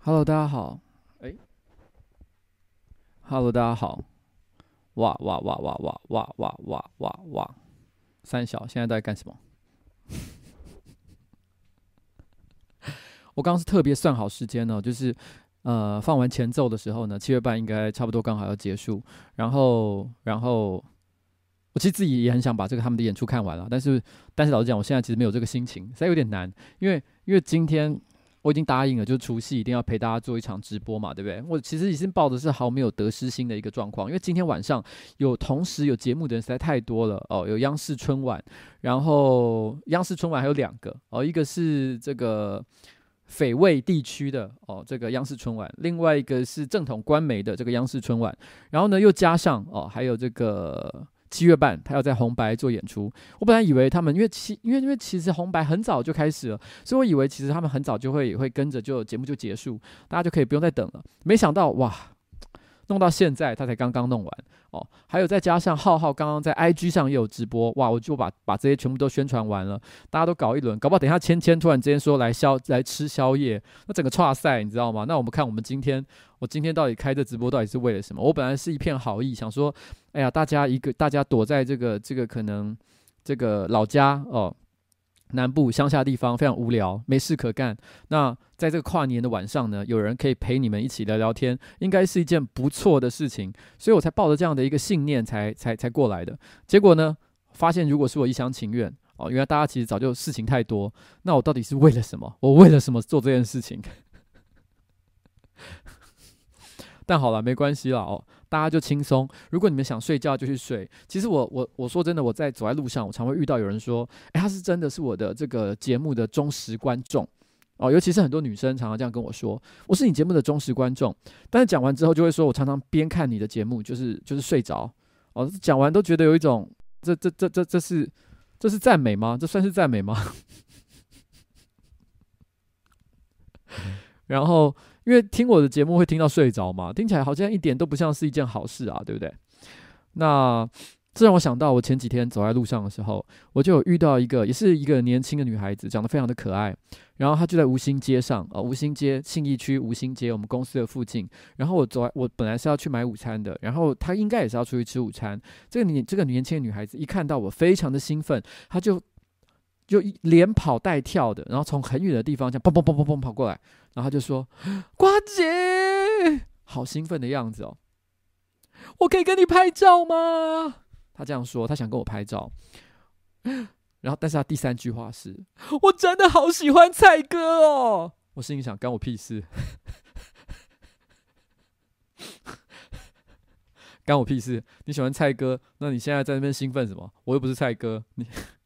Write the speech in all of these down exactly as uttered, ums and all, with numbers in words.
Hello，大家好。哎，Hello，大家好。哇哇哇哇哇哇哇哇哇哇！三小现在都在干什么？我刚刚是特别算好时间呢，就是呃放完前奏的时候呢，七月半应该差不多刚好要结束。然后，然后我其实自己也很想把这个他们的演出看完了，但是但是老实讲，我现在其实没有这个心情，实在有点难，因为因为今天我已经答应了，就是除夕一定要陪大家做一场直播嘛，对不对？我其实已经抱的是毫没有得失心的一个状况，因为今天晚上有同时有节目的人实在太多了哦，有央视春晚，然后央视春晚还有两个哦，一个是这个北魏地区的哦，这个央视春晚，另外一个是正统官媒的这个央视春晚，然后呢又加上哦，还有这个七月半他要在红白做演出。我本来以为他们因为其因为因为其实红白很早就开始了，所以我以为其实他们很早就会会跟着就节目就结束，大家就可以不用再等了。没想到哇！弄到现在，他才刚刚弄完哦，还有再加上浩浩刚刚在 I G 上也有直播，哇，我就把把这些全部都宣传完了，大家都搞一轮，搞不好等一下芊芊突然之间说来宵来吃宵夜，那整个岔赛你知道吗？那我们看我们今天，我今天到底开这直播到底是为了什么？我本来是一片好意，想说，哎呀，大家一个大家躲在这个这个可能这个老家哦。南部乡下地方非常无聊，没事可干。那在这个跨年的晚上呢，有人可以陪你们一起聊聊天，应该是一件不错的事情。所以我才抱着这样的一个信念才才才过来的。结果呢，发现如果是我一厢情愿哦，原来大家其实早就事情太多。那我到底是为了什么？我为了什么做这件事情？但好了，没关系啦哦，大家就轻松。如果你们想睡觉就去睡。其实我我我说真的，我在走在路上，我常会遇到有人说，哎，他是真的是我的这个节目的忠实观众哦，尤其是很多女生常常这样跟我说，我是你节目的忠实观众。但是讲完之后就会说，我常常边看你的节目就是就是睡着哦，讲完都觉得有一种这这这这这是这是赞美吗？这算是赞美吗？然后因为听我的节目会听到睡着嘛，听起来好像一点都不像是一件好事啊，对不对？那这让我想到，我前几天走在路上的时候，我就有遇到一个，也是一个年轻的女孩子，长得非常的可爱。然后她就在吴兴街上，呃，吴兴街信义区吴兴街，我们公司的附近。然后我走，我本来是要去买午餐的，然后她应该也是要出去吃午餐。这个年这个年轻的女孩子一看到我，非常的兴奋，她就就连跑带跳的，然后从很远的地方这样砰砰砰砰砰跑过来，然后她就说：“瓜姐，好兴奋的样子哦，我可以跟你拍照吗？”她这样说，她想跟我拍照。然后，但是她第三句话是：“我真的好喜欢蔡哥哦。”我心里想，干我屁事，干我屁事！你喜欢蔡哥，那你现在在那边兴奋什么？我又不是蔡哥，你。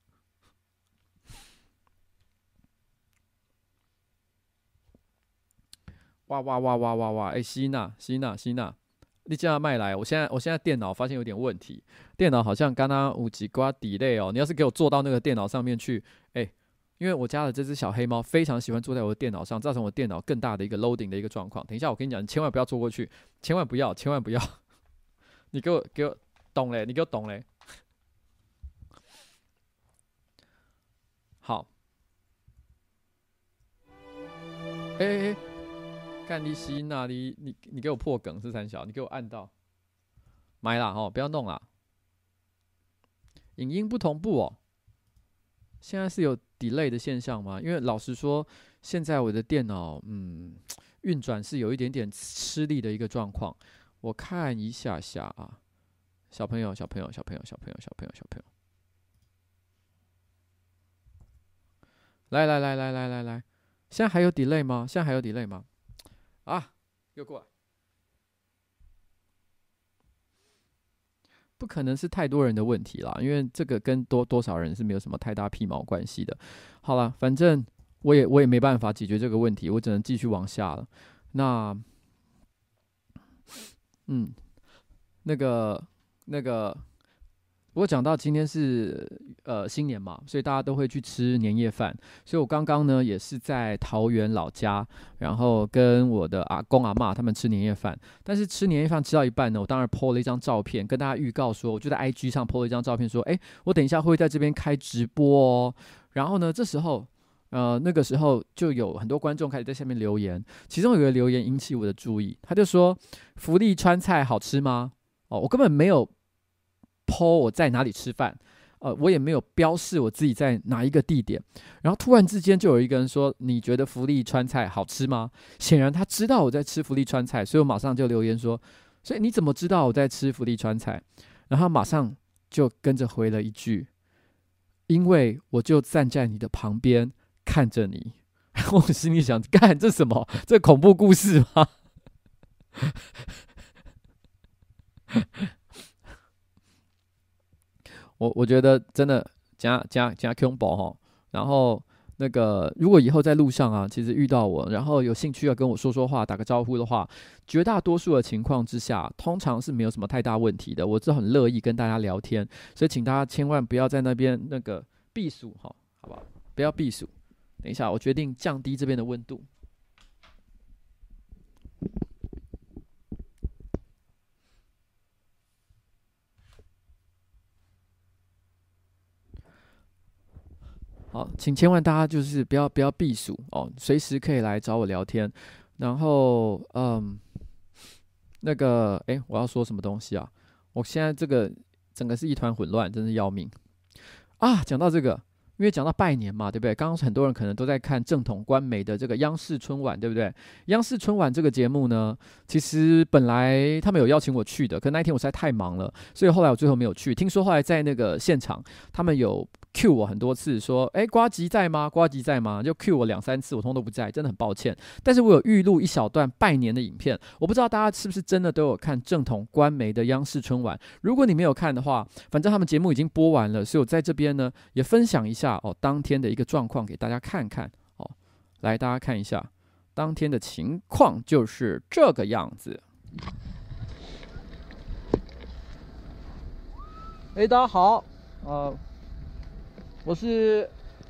哇哇哇哇哇哇！哎，希娜，希娜，希娜，你这样卖来，我现在我现在电脑发现有点问题，电脑好像刚刚有几瓜 delay 哦。你要是给我坐到那个电脑上面去，哎，因为我家的这只小黑猫非常喜欢坐在我的电脑上，造成我电脑更大的一个 loading 的一个状况。等一下，我跟你讲，你千万不要坐过去，千万不要，千万不要，你给我给我懂嘞，你给我懂嘞。好，哎哎哎，干你希娜，你你你给我破梗是三小，你给我按到。买啦哦，不要弄啦，影音不同步哦。现在是有 delay 的现象吗？因为老实说，现在我的电脑嗯运转是有一点点吃力的一个状况。我看一下下啊，小朋友，小朋友，小朋友，小朋友，小朋友，小朋友，来来来来来来来，现在还有 delay 吗？现在还有 delay 吗？啊，又过来。不可能是太多人的问题啦，因为这个跟多多少人是没有什么太大屁毛关系的。好了，反正我也我也没办法解决这个问题，我只能继续往下了。那嗯，那个那个，不过讲到今天是呃新年嘛，所以大家都会去吃年夜饭。所以我刚刚呢也是在桃园老家，然后跟我的阿公阿嬷他们吃年夜饭。但是吃年夜饭吃到一半呢，我当然 po 了一张照片，跟大家预告说，我就在 I G 上 po 了一张照片，说，哎，我等一下会在这边开直播哦。然后呢，这时候呃，那个时候就有很多观众开始在下面留言，其中有一个留言引起我的注意，他就说：福利川菜好吃吗？哦，我根本没有 po 我在哪里吃饭，呃，我也没有标示我自己在哪一个地点，然后突然之间就有一个人说：你觉得福利川菜好吃吗？显然他知道我在吃福利川菜，所以我马上就留言说：所以你怎么知道我在吃福利川菜？然后他马上就跟着回了一句：因为我就站在你的旁边看着你。我心里想，干这什么？这恐怖故事吗？我我觉得真的加加加恐怖哈。然后那个，如果以后在路上啊，其实遇到我，然后有兴趣要跟我说说话、打个招呼的话，绝大多数的情况之下，通常是没有什么太大问题的。我是很乐意跟大家聊天，所以请大家千万不要在那边那个避暑哈，好不好？不要避暑。等一下，我决定降低这边的温度。好，请千万大家就是不要不要避暑哦，随时可以来找我聊天。然后，嗯，那个，哎，我要说什么东西啊？我现在这个整个是一团混乱，真是要命啊！讲到这个。因为讲到拜年嘛，对不对？刚刚很多人可能都在看正统官媒的这个央视春晚，对不对？央视春晚这个节目呢，其实本来他们有邀请我去的，可那一天我实在太忙了，所以后来我最后没有去。听说后来在那个现场，他们有 cue 我很多次，说：哎，呱吉在吗？呱吉在吗？就 cue 我两三次，我通通都不在，真的很抱歉。但是我有预录一小段拜年的影片，我不知道大家是不是真的都有看正统官媒的央视春晚。如果你没有看的话，反正他们节目已经播完了，所以我在这边呢也分享一下哦，当天的一个状况给大家看看哦。来，大家看一下当天的情况就是这个样子。哎，大家好，呃，我是，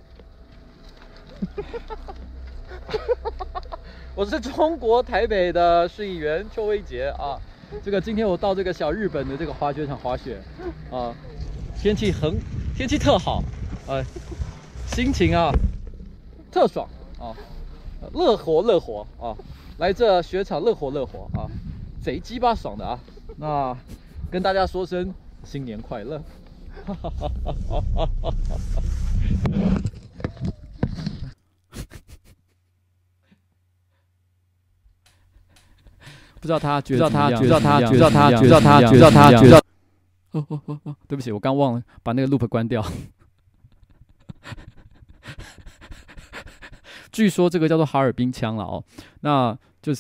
我是中国台北的市议员邱威杰啊。这个今天我到这个小日本的这个滑雪场滑雪啊，天气很天气特好，呃，心情啊特爽啊，乐活乐活啊，来这雪场乐活乐活啊，贼鸡巴爽的啊。那跟大家说声新年快乐。不知道他觉得，不知道他觉得，他觉得，他觉得，他觉得，他觉得。哦哦哦哦，对不起，我刚忘了把那个 loop 关掉。据说这个叫做哈尔滨腔了哦，那就是，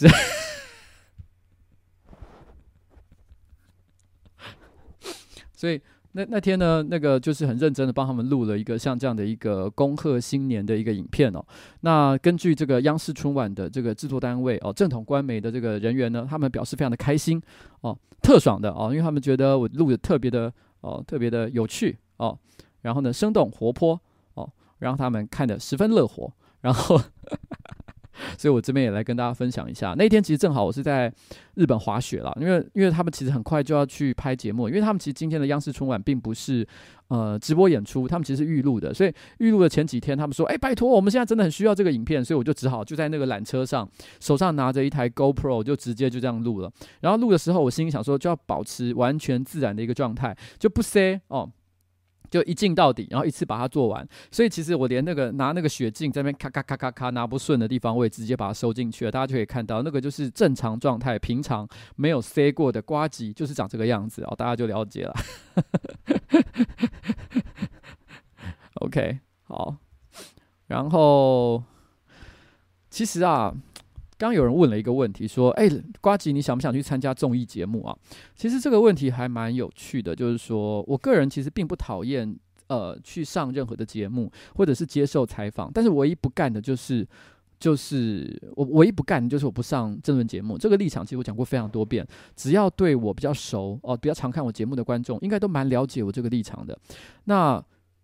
所以。那那天呢，那个就是很认真的帮他们录了一个像这样的一个恭贺新年的一个影片哦。那根据这个央视春晚的这个制作单位哦，正统官媒的这个人员呢，他们表示非常的开心哦，特爽的哦，因为他们觉得我录的特别的哦，特别的有趣哦，然后呢生动活泼哦，让他们看得十分乐活，然后。所以我这边也来跟大家分享一下，那一天其实正好我是在日本滑雪啦，因为因为他们其实很快就要去拍节目，因为他们其实今天的央视春晚并不是呃直播演出，他们其实是预录的，所以预录的前几天他们说，哎、欸，拜托，我们现在真的很需要这个影片，所以我就只好就在那个缆车上，手上拿着一台 GoPro 就直接就这样录了。然后录的时候，我心里想说，就要保持完全自然的一个状态，就不塞哦。就一镜到底，然后一次把它做完。所以其实我连那个拿那个雪镜在那边咔咔咔咔咔拿不顺的地方，我也直接把它收进去了。大家就可以看到，那个就是正常状态，平常没有塞过的呱吉就是长这个样子哦，大家就了解了。OK， 好。然后其实啊。刚刚有人问了一个问题，说：“哎、欸，呱吉，你想不想去参加综艺节目啊？”其实这个问题还蛮有趣的，就是说我个人其实并不讨厌呃去上任何的节目，或者是接受采访，但是唯一不干的就是就是我唯一不干的就是我不上政论节目。这个立场其实我讲过非常多遍，只要对我比较熟哦、呃，比较常看我节目的观众，应该都蛮了解我这个立场的。那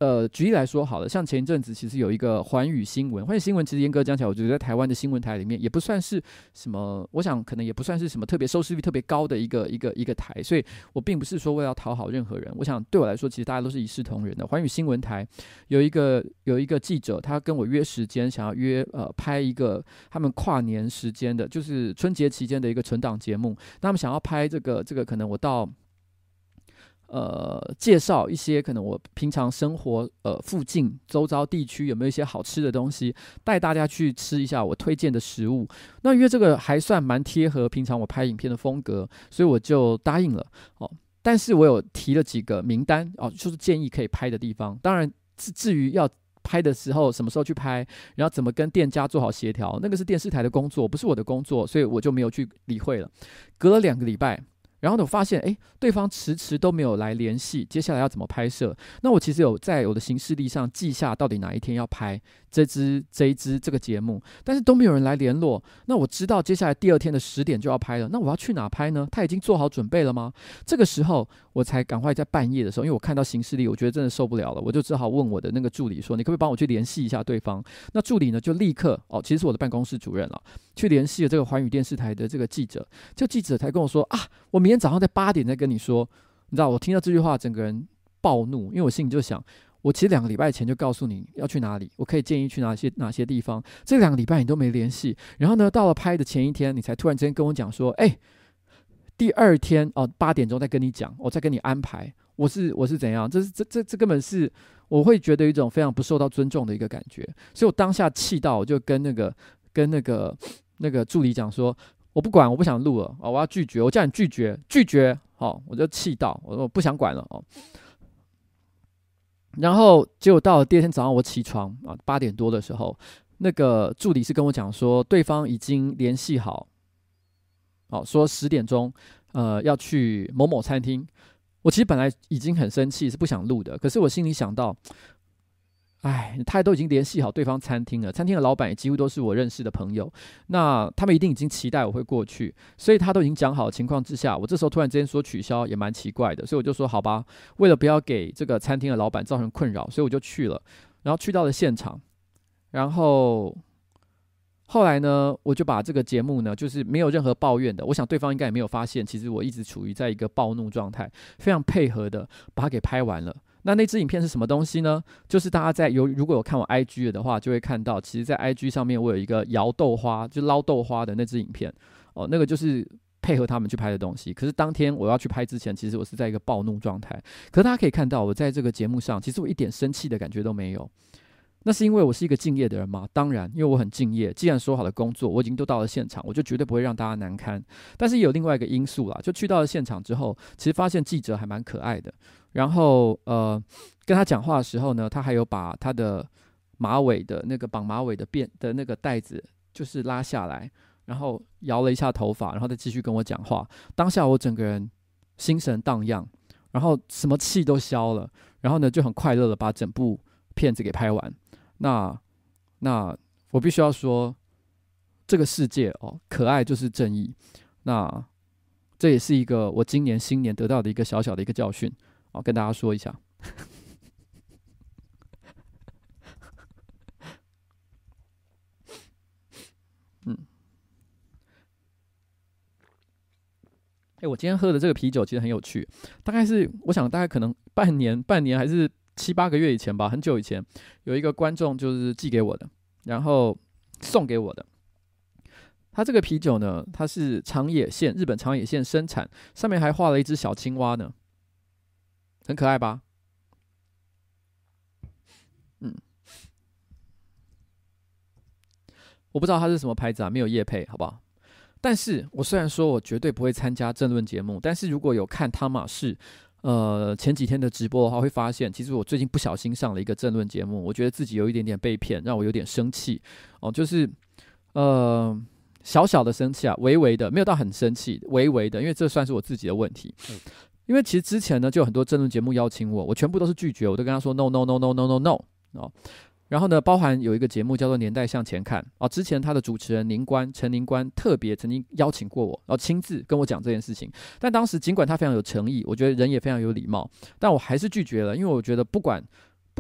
呃，举例来说好了，像前一阵子其实有一个寰宇新闻，寰宇新闻其实严格讲起来，我觉得在台湾的新闻台里面也不算是什么，我想可能也不算是什么特别收视率特别高的一个一个一个台，所以我并不是说为了讨好任何人，我想对我来说，其实大家都是一视同仁的。寰宇新闻台有一个有一个记者，他跟我约时间，想要约呃拍一个他们跨年时间的，就是春节期间的一个存档节目，那他们想要拍这个这个可能我到。呃，介绍一些可能我平常生活呃附近周遭地区有没有一些好吃的东西，带大家去吃一下我推荐的食物。那因为这个还算蛮贴合平常我拍影片的风格，所以我就答应了哦。但是我有提了几个名单哦，就是建议可以拍的地方。当然，至于要拍的时候什么时候去拍，然后怎么跟店家做好协调，那个是电视台的工作，不是我的工作，所以我就没有去理会了。隔了两个礼拜。然后呢，我发现，哎，对方迟迟都没有来联系，接下来要怎么拍摄？那我其实有在我的行事历上记下到底哪一天要拍这支这一支这个节目，但是都没有人来联络。那我知道接下来第二天的十点就要拍了，那我要去哪拍呢？他已经做好准备了吗？这个时候我才赶快在半夜的时候，因为我看到行事历，我觉得真的受不了了，我就只好问我的那个助理说：“你可不可以帮我去联系一下对方？”那助理呢就立刻哦，其实是我的办公室主任了，去联系了这个寰宇电视台的这个记者。就记者才跟我说啊，我明天早上在八点再跟你说。你知道我听到这句话，整个人暴怒，因为我心里就想，我其实两个礼拜前就告诉你要去哪里，我可以建议去哪些哪些地方，这两个礼拜你都没联系，然后呢，到了拍的前一天，你才突然之间跟我讲说，哎、欸，第二天哦八点钟再跟你讲，我再跟你安排，我是我是怎样？这是这这这根本是我会觉得一种非常不受到尊重的一个感觉，所以我当下气到，我就跟那个跟那个那个助理讲说。我不管，我不想录了、哦、我要拒绝，我叫你拒绝，拒绝，哦，我就气到，我说我不想管了哦。然后结果到了第二天早上，我起床啊，八点多的时候，那个助理是跟我讲说，对方已经联系好，哦，说十点钟，呃，要去某某餐厅。我其实本来已经很生气，是不想录的，可是我心里想到。哎，他都已经联系好对方餐厅了，餐厅的老板也几乎都是我认识的朋友，那他们一定已经期待我会过去，所以他都已经讲好的情况之下，我这时候突然之间说取消也蛮奇怪的，所以我就说好吧，为了不要给这个餐厅的老板造成困扰，所以我就去了，然后去到了现场，然后后来呢，我就把这个节目呢，就是没有任何抱怨的，我想对方应该也没有发现，其实我一直处于在一个暴怒状态，非常配合的把它给拍完了。那那支影片是什么东西呢？就是大家在有如果有看我 I G 的话，就会看到，其实，在 I G 上面我有一个摇豆花，就捞豆花的那支影片哦，那个就是配合他们去拍的东西。可是当天我要去拍之前，其实我是在一个暴怒状态。可是大家可以看到，我在这个节目上，其实我一点生气的感觉都没有。那是因为我是一个敬业的人吗？当然，因为我很敬业。既然说好的工作，我已经都到了现场，我就绝对不会让大家难堪。但是也有另外一个因素啦，就去到了现场之后，其实发现记者还蛮可爱的。然后呃，跟他讲话的时候呢，他还有把他的马尾的那个绑马尾的辫的那个带子，就是拉下来，然后摇了一下头发，然后再继续跟我讲话。当下我整个人心神荡漾，然后什么气都消了，然后呢就很快乐的把整部片子给拍完。那那我必须要说，这个世界哦，可爱就是正义。那这也是一个我今年新年得到的一个小小的一个教训，哦，跟大家说一下。嗯，哎，我今天喝的这个啤酒其实很有趣，大概是我想大概可能半年、半年还是七八个月以前吧，很久以前，有一个观众就是寄给我的，然后送给我的。它这个啤酒呢，它是长野县日本长野县生产，上面还画了一只小青蛙呢，很可爱吧？嗯，我不知道它是什么牌子啊，没有业配，好不好？但是我虽然说我绝对不会参加政论节目，但是如果有看汤马士呃前几天的直播的话，会发现其实我最近不小心上了一个政论节目，我觉得自己有一点点被骗，让我有点生气哦，就是呃。小小的生气啊，微微的，没有到很生气，微微的，因为这算是我自己的问题。嗯、因为其实之前呢，就有很多政论节目邀请我，我全部都是拒绝，我都跟他说 no no no no no no no 哦。然后呢，包含有一个节目叫做《年代向前看》哦，之前他的主持人宁官陈宁官特别曾经邀请过我，然后亲自跟我讲这件事情。但当时尽管他非常有诚意，我觉得人也非常有礼貌，但我还是拒绝了，因为我觉得不管。不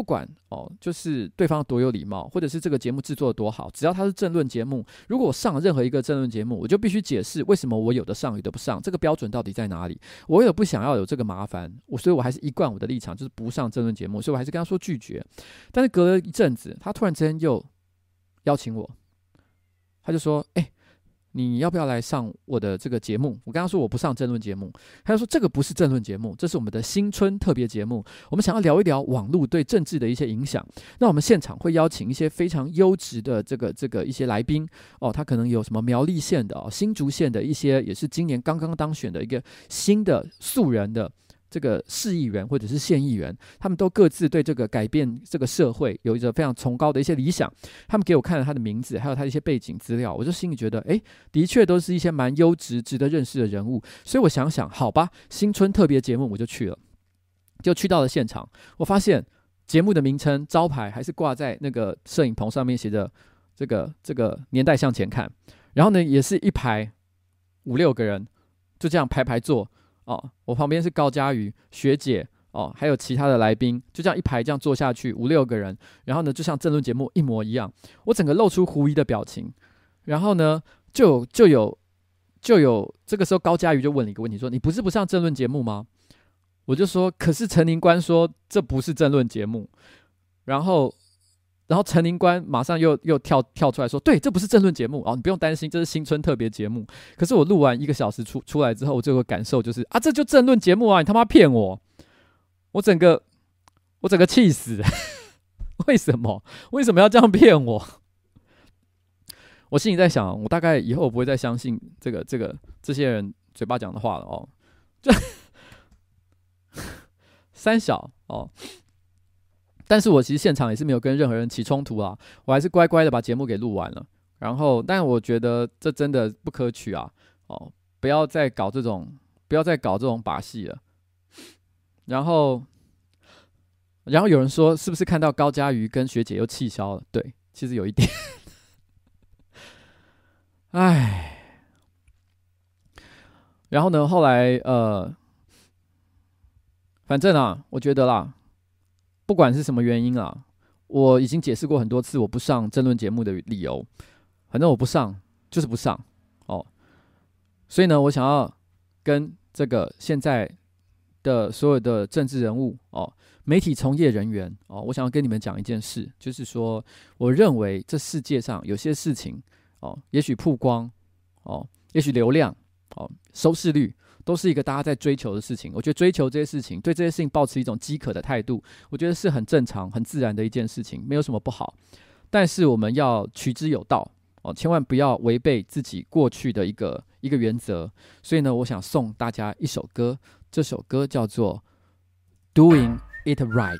不管哦，就是对方多有礼貌，或者是这个节目制作的多好，只要它是政论节目，如果我上了任何一个政论节目，我就必须解释为什么我有的上，有的不上，这个标准到底在哪里？我也不想要有这个麻烦，我所以我还是一贯我的立场，就是不上政论节目，所以我还是跟他说拒绝。但是隔了一阵子，他突然之间又邀请我，他就说：“哎、欸。”你要不要来上我的这个节目？我跟他说我不上政论节目，他就说这个不是政论节目，这是我们的新春特别节目。我们想要聊一聊网络对政治的一些影响。那我们现场会邀请一些非常优质的这个这个一些来宾哦，他可能有什么苗栗县的、哦、新竹县的一些，也是今年刚刚当选的一个新的素人的。这个市议员或者是县议员，他们都各自对这个改变这个社会有一个非常崇高的一些理想。他们给我看了他的名字，还有他的一些背景资料，我就心里觉得，哎，的确都是一些蛮优质、值得认识的人物。所以我想想，好吧，新春特别节目我就去了，就去到了现场。我发现节目的名称招牌还是挂在那个摄影棚上面，写着这个这个年代向前看。然后呢，也是一排五六个人，就这样排排坐。哦，我旁边是高嘉瑜学姐哦，还有其他的来宾，就这样一排这样坐下去，五六个人，然后呢，就像政论节目一模一样，我整个露出狐疑的表情，然后呢，就有就有就有这个时候高嘉瑜就问了一个问题，说：“你不是不上政论节目吗？”我就说：“可是陈宁官说这不是政论节目。”然后。然后陈宁官马上又又跳跳出来说：“对，这不是政论节目哦，你不用担心，这是新春特别节目。”可是我录完一个小时出出来之后，我就有个感受就是啊，这就政论节目啊！你他妈骗我！我整个我整个气死！为什么？为什么要这样骗我？我心里在想，我大概以后我不会再相信这个这个这些人嘴巴讲的话了哦。就三小哦。但是我其实现场也是没有跟任何人起冲突啊，我还是乖乖的把节目给录完了。然后，但我觉得这真的不可取啊！哦，不要再搞这种，不要再搞这种把戏了。然后，然后有人说，是不是看到高嘉瑜跟学姐又气消了？对，其实有一点。唉，然后呢，后来呃，反正啊，我觉得啦。不管是什么原因啊，我已经解释过很多次我不上政论节目的理由。反正我不上就是不上哦。所以呢，我想要跟这个现在的所有的政治人物哦、媒体从业人员哦，我想要跟你们讲一件事，就是说，我认为这世界上有些事情哦，也许曝光哦，也许流量哦，收视率。都是一个大家在追求的事情，我觉得追求这些事情，对这些事情抱持一种饥渴的态度，我觉得是很正常、很自然的一件事情，没有什么不好。但是我们要取之有道哦，千万不要违背自己过去的一个一个原则。所以呢，我想送大家一首歌，这首歌叫做《Doing It Right》。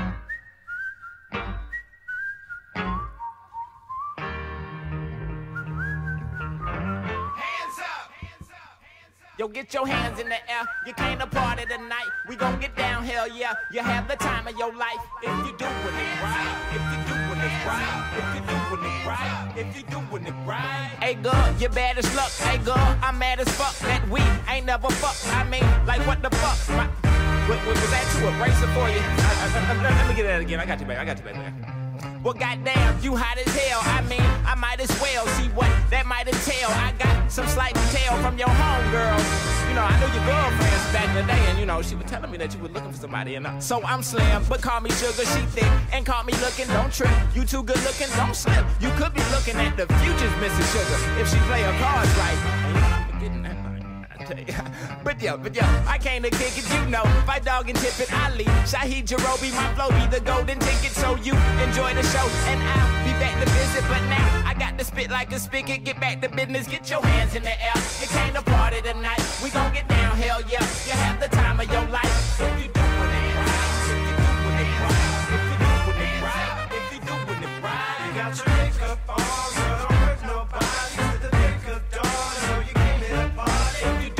Yo, get your hands in the air. You came to party tonight. We gon' get down, hell yeah. You have the time of your life. If you doing it right. If you doing it right. If you doing it right. If you doing it right. Hey girl, you bad as luck. Hey girl, I'm mad as fuck. That we ain't never fucked. I mean, like what the fuck? My, what, what, was that too abrasive for you? I, I, I, let me get that again. I got you back. I got you back there. Well, goddamn, you hot as hell. I mean, I might as well see what that might entail. I got some slight detail from your homegirl. You know, I knew your girlfriends back in the day, and you know, she was telling me that you were looking for somebody. And I, so I'm slim, but call me sugar, she thick, and call me looking, don't trip. You too good looking, don't slip. You could be looking at the future's Missus Sugar if she play her cards right. And you know, I'm forgetting that. But yo, but yo, I came to kick it, you know. Fight dog and tip it, Ali. Shahid Jarobi, my flow be the golden ticket. So you enjoy the show, and I'll be back to visit. But now I got to spit like a spigot. Get back to business, get your hands in the air. You came to party tonight. We gon' get down, hell yeah. You have the time of your life. If you doing it right, if you doing it right, if you doing it right, if you doing it right. You got your makeup on, so don't hurt nobody. With the break of dawn, know you came to the party. If you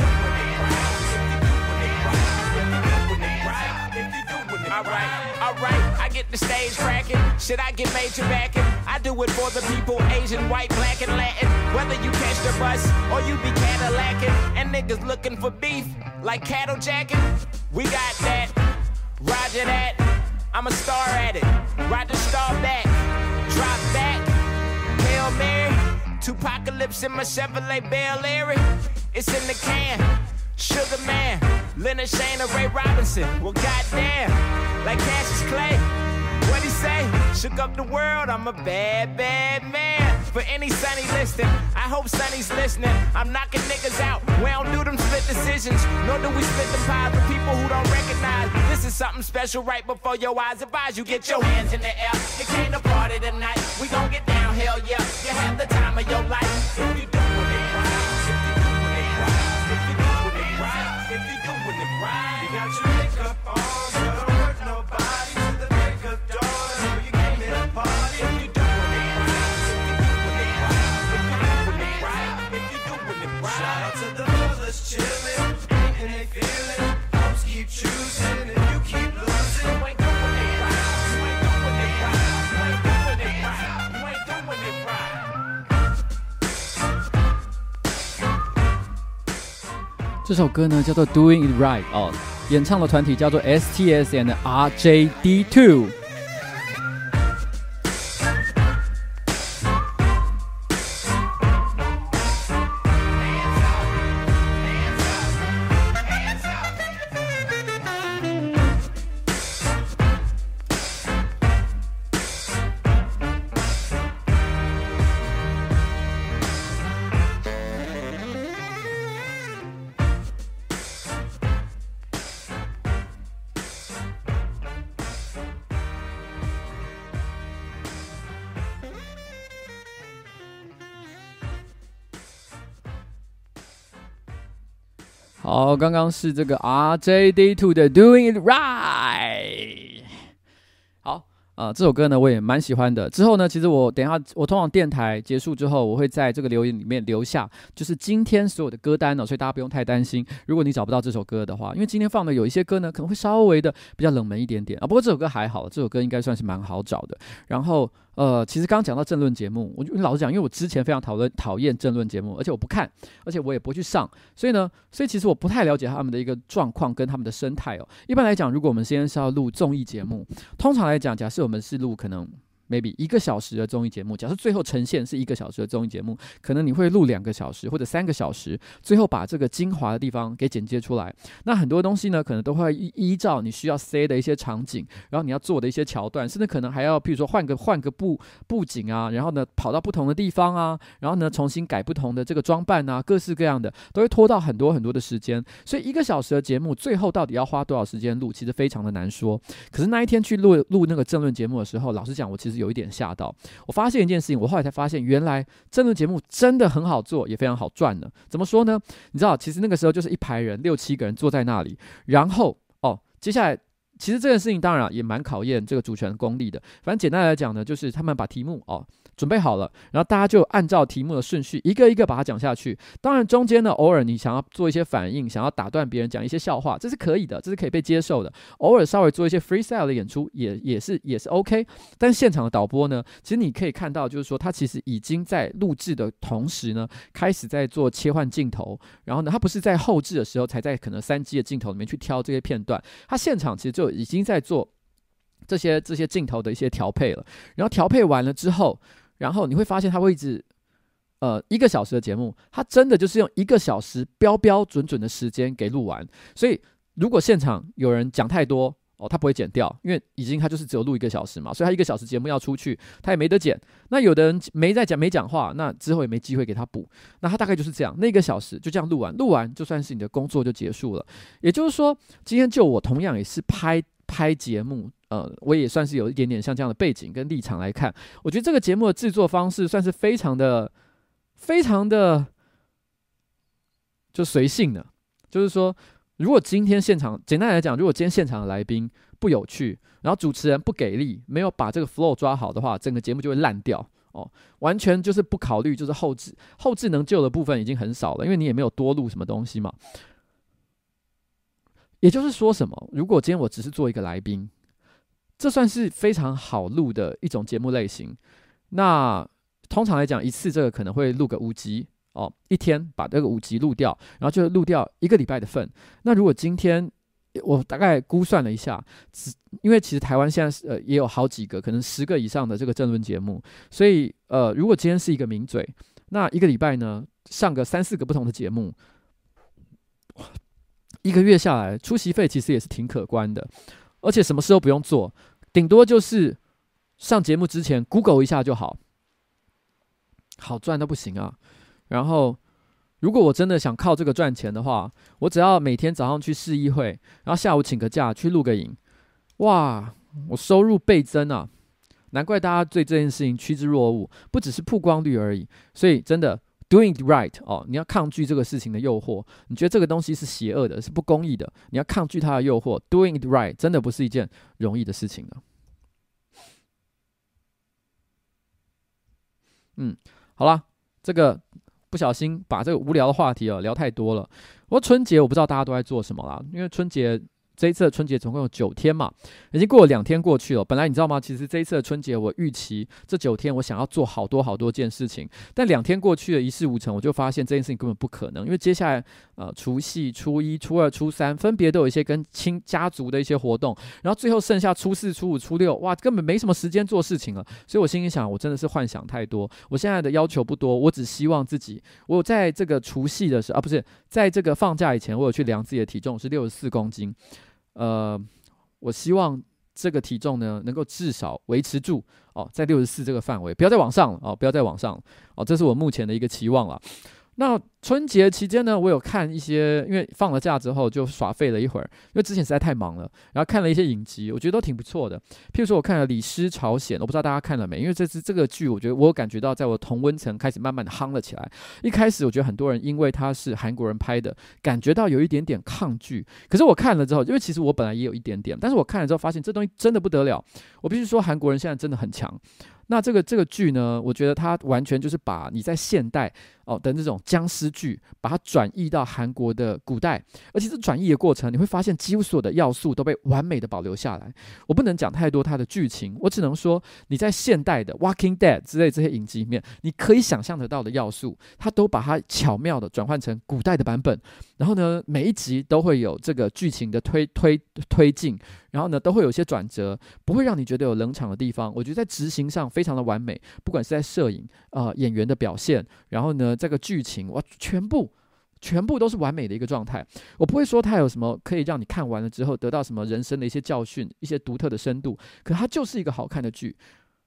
Alright, alright, I get the stage cracking. Should I get major backing? I do it for the people, Asian, white, black, and Latin. Whether you catch the bus or you be Cadillacing, and niggas looking for beef like cattle jacking. We got that, roger that. I'm a star at it. Roger Starback, drop back, Hail Mary. Tupacalypse in my Chevrolet Bel Air. It's in the can. Sugar Man, Leonard Shane or Ray Robinson. Well, goddamn, like Cassius Clay. What'd he say? Shook up the world, I'm a bad, bad man. For any Sonny listening, I hope Sonny's listening. I'm knocking niggas out. We don't do them split decisions, nor do we split them pies with people who don't recognize. This is something special right before your eyes. Advise you get your hands in the air. You came to party tonight. We gon' get down, hell yeah. You have the time of your life. If you doing it right, if you doing it right, if you doing it right, if you doing it right. You got your makeup on, so don't hurt nobody. To the break of dawn, know you came here to party. If you doing it right, if you doing it right, if you doing it right, if you doing it right. Shout out to the brothers chillin', and they feelin'. Hoes keep choosing, and you keep losing. You ain't doing it right, you ain't doing it right, you ain't doing it right, you ain't doing it right. 这首歌呢叫做 Doing It Right 哦，演唱的团体叫做 S T S and R J D two。好，刚刚是这个 R J D two 的 Doing It Right。好，呃，这首歌呢我也蛮喜欢的。之后呢，其实我等一下我通常电台结束之后，我会在这个留言里面留下，就是今天所有的歌单哦，所以大家不用太担心。如果你找不到这首歌的话，因为今天放的有一些歌呢，可能会稍微的比较冷门一点点啊。不过这首歌还好，这首歌应该算是蛮好找的。然后。呃，其实刚刚讲到政论节目，我就老实讲，因为我之前非常讨论讨厌政论节目，而且我不看，而且我也不会去上，所以呢，所以其实我不太了解他们的一个状况跟他们的生态哦。一般来讲，如果我们今天是要录综艺节目，通常来讲，假设我们是录可能。maybe 一个小时的综艺节目，假设最后呈现是一个小时的综艺节目，可能你会录两个小时或者三个小时，最后把这个精华的地方给剪接出来。那很多东西呢，可能都会依照你需要塞的一些场景，然后你要做的一些桥段，甚至可能还要，譬如说换个换个布布景啊，然后呢跑到不同的地方啊，然后呢重新改不同的这个装扮啊，各式各样的都会拖到很多很多的时间。所以一个小时的节目，最后到底要花多少时间录，其实非常的难说。可是那一天去录录那个政论节目的时候，老实讲，我其实有一点吓到。我发现一件事情，我后来才发现，原来政论节目真的很好做，也非常好赚呢。怎么说呢？你知道，其实那个时候就是一排人，六七个人坐在那里，然后哦，接下来。其实这件事情当然也蛮考验这个主持人功力的。反正简单来讲呢，就是他们把题目哦准备好了，然后大家就按照题目的顺序一个一个把它讲下去。当然中间呢，偶尔你想要做一些反应，想要打断别人讲一些笑话，这是可以的，这是可以被接受的。偶尔稍微做一些 freestyle 的演出也也是也是 OK。但现场的导播呢，其实你可以看到，就是说他其实已经在录制的同时呢，开始在做切换镜头，然后呢，他不是在后制的时候才在可能三 G 的镜头里面去挑这些片段，他现场其实就已经在做这些这些镜头的一些调配了。然后调配完了之后，然后你会发现他会一直呃一个小时的节目，他真的就是用一个小时标标准准的时间给录完。所以如果现场有人讲太多哦，他不会剪掉，因为已经他就是只有录一个小时嘛，所以他一个小时节目要出去，他也没得剪。那有的人没在讲没讲话，那之后也没机会给他补。那他大概就是这样，那一个小时就这样录完，录完就算是你的工作就结束了。也就是说，今天就我同样也是拍拍节目。呃，我也算是有一点点像这样的背景跟立场来看，我觉得这个节目的制作方式算是非常的、非常的就随性的。就是说，如果今天现场，简单来讲，如果今天现场的来宾不有趣，然后主持人不给力，没有把这个 flow 抓好的话，整个节目就会烂掉哦。完全就是不考虑，就是后置后置能救的部分已经很少了，因为你也没有多录什么东西嘛。也就是说什么？如果今天我只是做一个来宾。这算是非常好录的一种节目类型。那通常来讲，一次这个可能会录个五集哦，一天把这个五集录掉，然后就录掉一个礼拜的份。那如果今天我大概估算了一下，因为其实台湾现在呃也有好几个，可能十个以上的这个政论节目，所以呃如果今天是一个名嘴，那一个礼拜呢上个三四个不同的节目，一个月下来出席费其实也是挺可观的，而且什么事都不用做，顶多就是上节目之前 Google 一下就好，好赚都不行啊。然后如果我真的想靠这个赚钱的话，我只要每天早上去市议会，然后下午请个假去录个影，哇，我收入倍增啊！难怪大家对这件事情趋之若鹜，不只是曝光率而已。所以真的 doing it right 哦，你要抗拒这个事情的诱惑。你觉得这个东西是邪恶的，是不公义的，你要抗拒它的诱惑。doing it right 真的不是一件容易的事情啊。嗯，好啦，这个不小心把这个无聊的话题、哦、聊太多了。不过春节我不知道大家都在做什么啦，因为春节这一次的春节总共有九天嘛，已经过了两天过去了。本来你知道吗？其实这一次的春节我预期这九天我想要做好多好多件事情，但两天过去了一事无成，我就发现这件事情根本不可能。因为接下来呃除夕、初一、初二、初三分别都有一些跟亲家族的一些活动，然后最后剩下初四、初五、初六，哇，根本没什么时间做事情了。所以我心里想，我真的是幻想太多。我现在的要求不多，我只希望自己，我在这个除夕的时候啊，不是在这个放假以前，我有去量自己的体重是六十四公斤。呃，我希望这个体重呢能够至少维持住哦，在六十四这个范围，不要再往上了哦，不要再往上了哦，这是我目前的一个期望了。那春节期间呢，我有看一些，因为放了假之后就耍废了一会儿，因为之前实在太忙了，然后看了一些影集，我觉得都挺不错的。譬如说，我看了《李师朝鲜》，我不知道大家看了没，因为这次这个剧，我觉得我有感觉到，在我同温层开始慢慢的夯了起来。一开始我觉得很多人因为他是韩国人拍的，感觉到有一点点抗拒，可是我看了之后，因为其实我本来也有一点点，但是我看了之后发现这东西真的不得了。我必须说，韩国人现在真的很强。那这个这个剧呢，我觉得它完全就是把你在现代哦的那种僵尸剧，把它转译到韩国的古代，而且这转译的过程，你会发现几乎所有的要素都被完美的保留下来。我不能讲太多它的剧情，我只能说你在现代的《Walking Dead》之类这些影集里面，你可以想象得到的要素，它都把它巧妙的转换成古代的版本。然后呢，每一集都会有这个剧情的推推推进，然后呢，都会有一些转折，不会让你觉得有冷场的地方。我觉得在执行上非常的完美，不管是在摄影、呃演员的表现，然后呢这个剧情，哇，全部全部都是完美的一个状态。我不会说它有什么可以让你看完了之后得到什么人生的一些教训、一些独特的深度，可它就是一个好看的剧。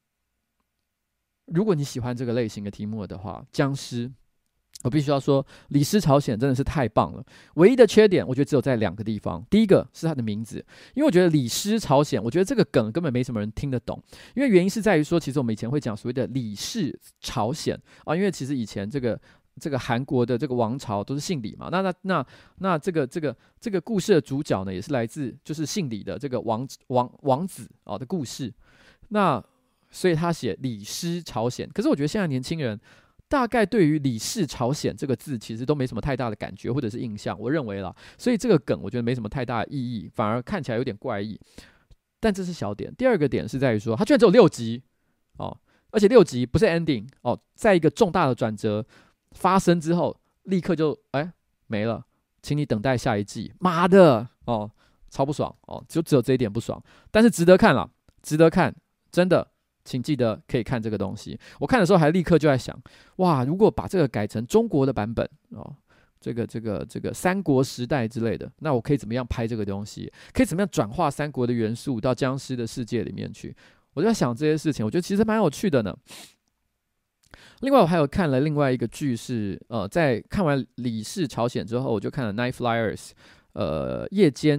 如果你喜欢这个类型的题目的话，僵尸。我必须要说，《李师朝鲜》真的是太棒了。唯一的缺点，我觉得只有在两个地方。第一个是它的名字，因为我觉得《李师朝鲜》，我觉得这个梗根本没什么人听得懂。因为原因是在于说，其实我们以前会讲所谓的李氏朝鲜啊，因为其实以前这个这个韩国的这个王朝都是姓李嘛。那那那那这个这个这个故事的主角呢，也是来自就是姓李的这个王王王子啊的故事。那所以他写李师朝鲜，可是我觉得现在年轻人。大概对于李氏朝鲜这个字其实都没什么太大的感觉或者是印象，我认为啦，所以这个梗我觉得没什么太大的意义，反而看起来有点怪异。但这是小点。第二个点是在于说，它居然只有六集哦，而且六集不是 ending 哦，在一个重大的转折发生之后，立刻就哎没了，请你等待下一季。妈的哦，超不爽哦，就只有这一点不爽，但是值得看啦，值得看，真的。请记得可以看这个东西。我看的时候还立刻就在想，哇，如果把这个改成中国的版本哦，这个这个这个三国时代之类的，那我可以怎么样拍这个东西？可以怎么样转化三国的元素到僵尸的世界里面去？我就在想这些事情，我觉得其实蛮有趣的呢。另外，我还有看了另外一个剧是，呃，在看完《李氏朝鲜》之后，我就看了《Night Flyers》，呃，夜间，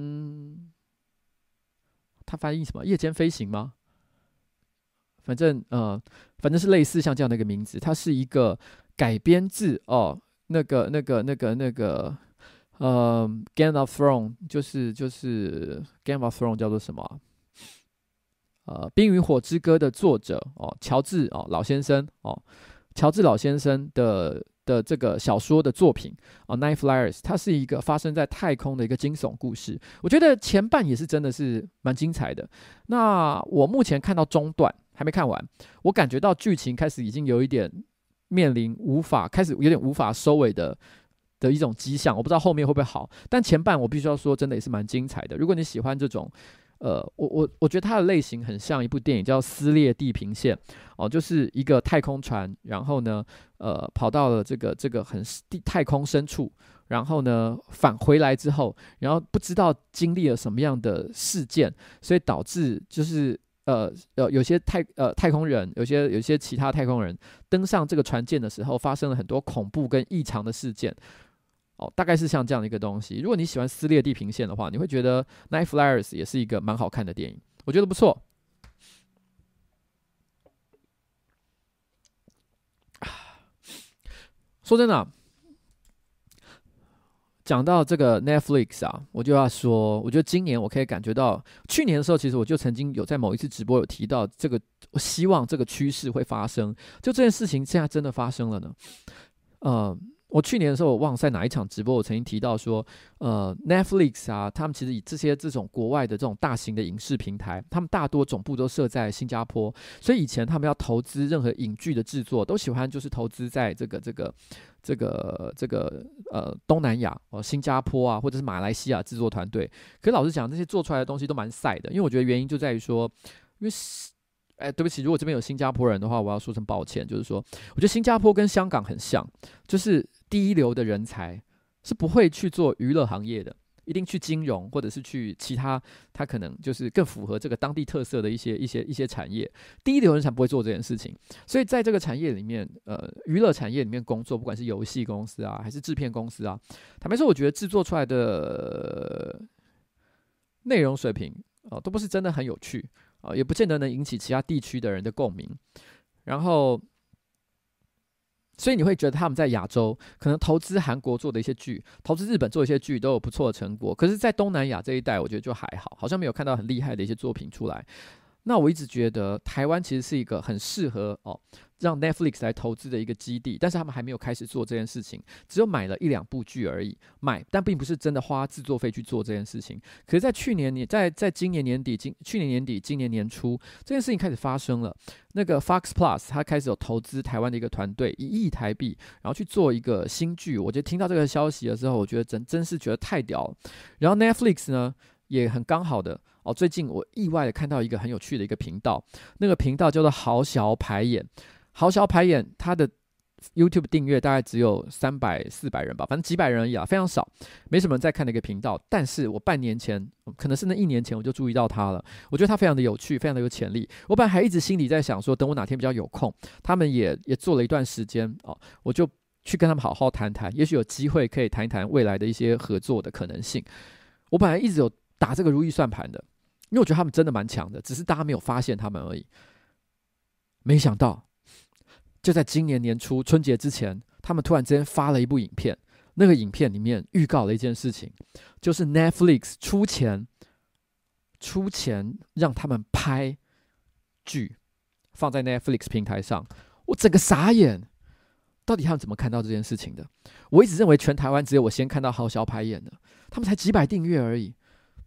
它翻译什么？夜间飞行吗？反正呃，反正是类似像这样的一个名字，它是一个改编自哦那个那个那个那个呃《Game of Thrones》，就是就是《Game of Thrones》叫做什么、啊？呃，《冰与火之歌》的作者哦，乔治哦老先生哦，乔治老先生的的这个小说的作品哦，《Night Flyers》，它是一个发生在太空的一个惊悚故事。我觉得前半也是真的是蛮精彩的。那我目前看到中段。还没看完，我感觉到剧情开始已经有一点面临无法开始有点无法收尾的的一种迹象，我不知道后面会不会好，但前半我必须要说，真的也是蛮精彩的。如果你喜欢这种，呃，我我我觉得它的类型很像一部电影叫《撕裂地平线》哦，就是一个太空船，然后呢，呃，跑到了这个这个很地太空深处，然后呢返回来之后，然后不知道经历了什么样的事件，所以导致就是呃呃有些太呃太空人，有些有些其他太空人登上这个船舰的时候，发生了很多恐怖跟异常的事件。哦，大概是像这样的一个东西。如果你喜欢撕裂地平线的话，你会觉得《Night Flyers》也是一个蛮好看的电影，我觉得不错。说真的、啊，讲到这个 Netflix 啊，我就要说，我觉得今年我可以感觉到，去年的时候，其实我就曾经有在某一次直播有提到这个，我希望这个趋势会发生。就这件事情现在真的发生了呢，呃。我去年的时候，我忘了在哪一场直播，我曾经提到说，呃 ，Netflix 啊，他们其实以这些这种国外的这种大型的影视平台，他们大多总部都设在新加坡，所以以前他们要投资任何影剧的制作，都喜欢就是投资在这个这个这个这个呃东南亚哦，新加坡啊，或者是马来西亚制作团队。可是老实讲，这些做出来的东西都蛮晒的，因为我觉得原因就在于说，因为哎，对不起，如果这边有新加坡人的话，我要说声抱歉，就是说，我觉得新加坡跟香港很像，就是第一流的人才是不会去做娱乐行业的，一定去金融或者是去其他，他可能就是更符合这个当地特色的一些一些一些产业。第一流人才不会做这件事情，所以在这个产业里面，呃，娱乐产业里面工作，不管是游戏公司啊，还是制片公司啊，坦白说，我觉得制作出来的内容水平哦、呃，都不是真的很有趣。呃、也不见得能引起其他地区的人的共鸣，然后，所以你会觉得他们在亚洲可能投资韩国做的一些剧，投资日本做一些剧都有不错的成果，可是，在东南亚这一带，我觉得就还好，好像没有看到很厉害的一些作品出来。那我一直觉得台湾其实是一个很适合哦让 Netflix 来投资的一个基地，但是他们还没有开始做这件事情，只有买了一两部剧而已，买，但并不是真的花制作费去做这件事情。可是，在去年年在在今年年底，今去年年底，今年年初，这件事情开始发生了。那个 Fox Plus 它开始有投资台湾的一个团队，一亿台币，然后去做一个新剧。我觉得听到这个消息的时候，我觉得真真是觉得太屌了。然后 Netflix 呢，也很刚好的。哦，最近我意外的看到一个很有趣的一个频道，那个频道叫做豪小排演。豪小排演，它的 YouTube 订阅大概只有三百、四百人吧，反正几百人而已啊，非常少，没什么人在看的一个频道。但是我半年前，可能是那一年前，我就注意到它了。我觉得它非常的有趣，非常的有潜力。我本来还一直心里在想说，等我哪天比较有空，他们也也做了一段时间哦，我就去跟他们好好谈谈，也许有机会可以谈一谈未来的一些合作的可能性。我本来一直有打这个如意算盘的。因为我觉得他们真的蛮强的，只是大家没有发现他们而已。没想到，就在今年年初春节之前，他们突然之间发了一部影片。那个影片里面预告了一件事情，就是 Netflix 出钱出钱让他们拍剧，放在 Netflix 平台上。我整个傻眼，到底他们怎么看到这件事情的？我一直认为全台湾只有我先看到豪小排演的，他们才几百订阅而已。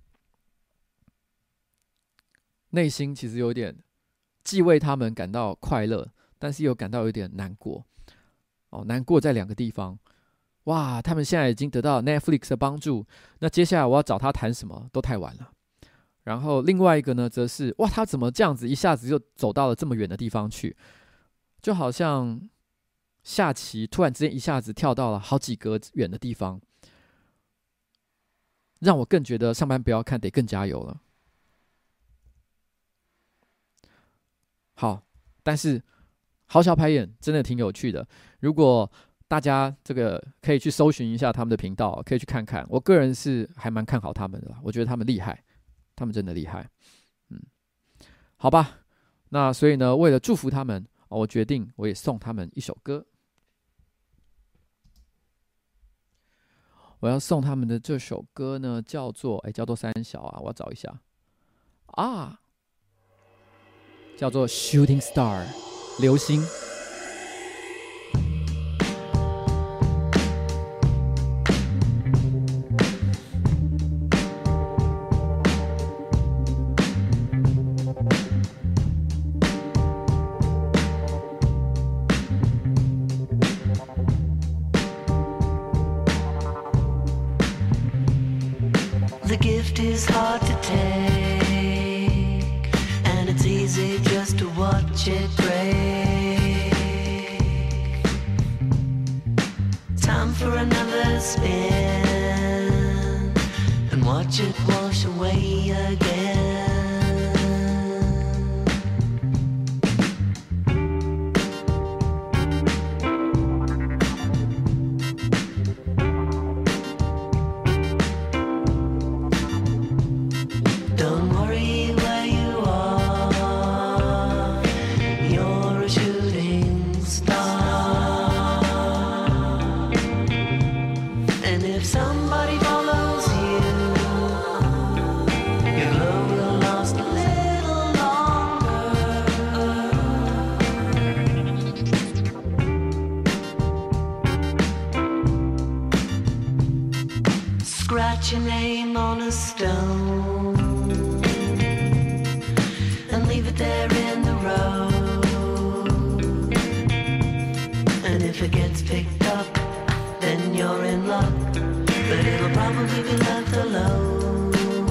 内心其实有点既为他们感到快乐，但是又感到有点难过。哦，难过在两个地方。哇，他们现在已经得到 Netflix 的帮助，那接下来我要找他谈什么都太晚了。然后另外一个呢，则是哇，他怎么这样子一下子就走到了这么远的地方去？就好像下棋突然之间一下子跳到了好几格远的地方，让我更觉得上班不要看，得更加油了。好，但是豪小排演真的挺有趣的。如果大家这个可以去搜寻一下他们的频道，可以去看看。我个人是还蛮看好他们的，我觉得他们厉害，他们真的厉害。嗯，好吧，那所以呢，为了祝福他们，我决定我也送他们一首歌。我要送他们的这首歌呢，叫做哎，叫做三小啊，我要找一下啊。叫做 Shooting Star 流星。 write your name on a stone and leave it there in the road. And if it gets picked up, then you're in luck, but it'll probably be left alone.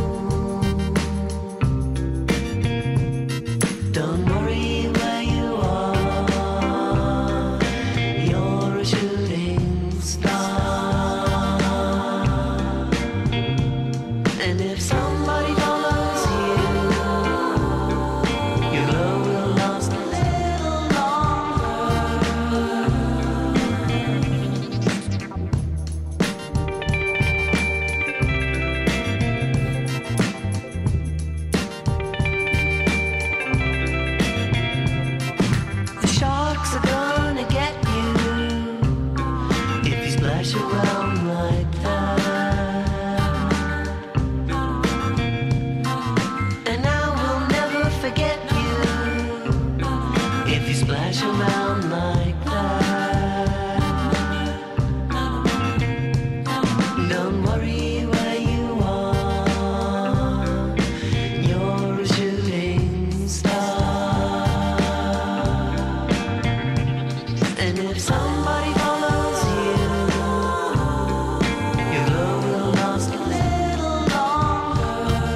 Don't worry where you are, you're a shooting star. And if somebody follows you, your glow will last a little longer. The sharks are gonna get you if you splash around like that. And I will never forget you if you splash around like that. Don't worry where you are, you're a shooting star. And if somebody follows you, your glow will last a little longer.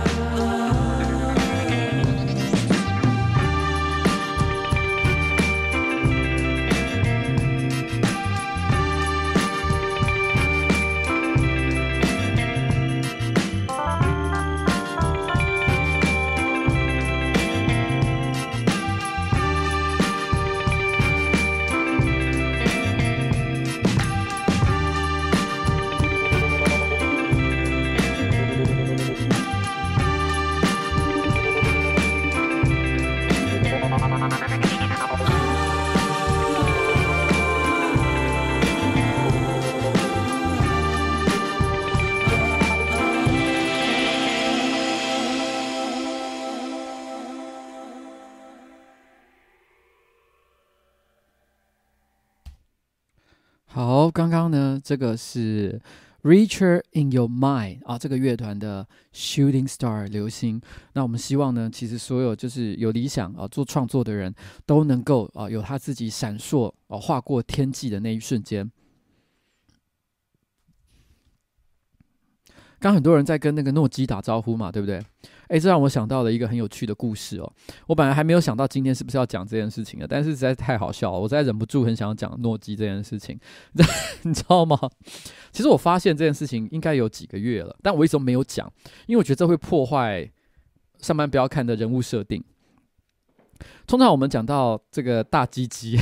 好，刚刚呢，这个是 Richer in Your Mind 啊，这个乐团的 Shooting Star 流星。那我们希望呢，其实所有就是有理想啊、做创作的人都能够啊，有他自己闪烁啊、划过天际的那一瞬间。刚很多人在跟那个诺基打招呼嘛，对不对？哎，这让我想到了一个很有趣的故事哦。我本来还没有想到今天是不是要讲这件事情的，但是实在太好笑了，我实在忍不住很想要讲诺基这件事情，你知道吗？其实我发现这件事情应该有几个月了，但我一直都没有讲，因为我觉得这会破坏上班不要看的人物设定。通常我们讲到这个大鸡鸡，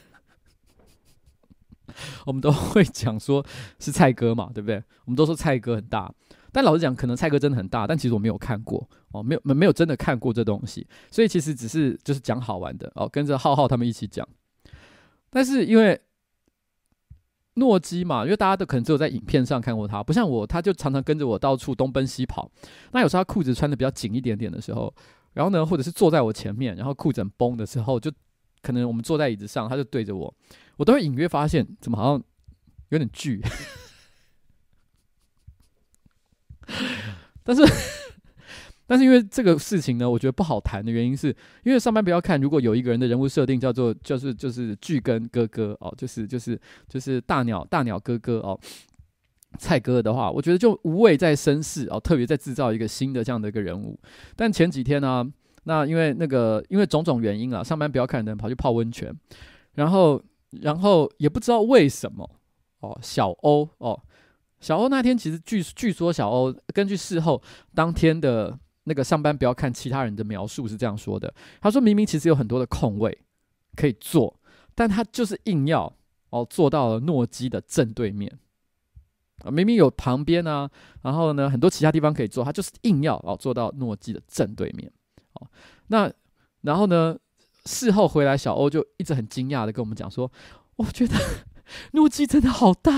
我们都会讲说是蔡哥嘛，对不对？我们都说蔡哥很大。但老实讲，可能蔡哥真的很大，但其实我没有看过哦，没有没有真的看过这东西，所以其实只是就是讲好玩的哦，跟着浩浩他们一起讲。但是因为诺基嘛，因为大家都可能只有在影片上看过他，不像我，他就常常跟着我到处东奔西跑。那有时候他裤子穿的比较紧一点点的时候，然后呢，或者是坐在我前面，然后裤子很绷的时候，就可能我们坐在椅子上，他就对着我，我都会隐约发现怎么好像有点巨。但是，但是因为这个事情呢，我觉得不好谈的原因是，因为上班不要看，如果有一个人的人物设定叫做就是就是巨根哥哥哦，就是就是就是大鸟大鸟哥哥哦，蔡哥的话，我觉得就无谓在生事哦，特别在制造一个新的这样的一个人物。但前几天呢、啊，那因为那个因为种种原因啊，上班不要看的人跑去泡温泉，然后然后也不知道为什么哦，小欧哦。小欧那天其实据据说小欧根据事后当天的那个上班不要看其他人的描述是这样说的，他说明明其实有很多的空位可以坐，但他就是硬要哦坐到了诺基的正对面，啊明明有旁边啊，然后呢很多其他地方可以坐，他就是硬要哦坐到诺基的正对面，哦那然后呢事后回来小欧就一直很惊讶的跟我们讲说，我觉得诺基真的好大。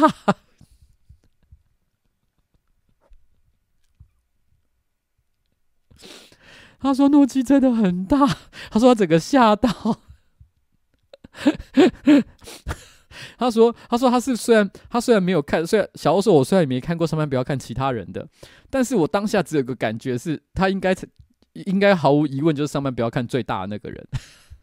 他说诺基真的很大，他说他整个吓到， 他说他说他是虽然他虽然没有看，虽然小欧说我虽然也没看过上班不要看其他人的，但是我当下只有个感觉是他应该应该毫无疑问就是上班不要看最大的那个人。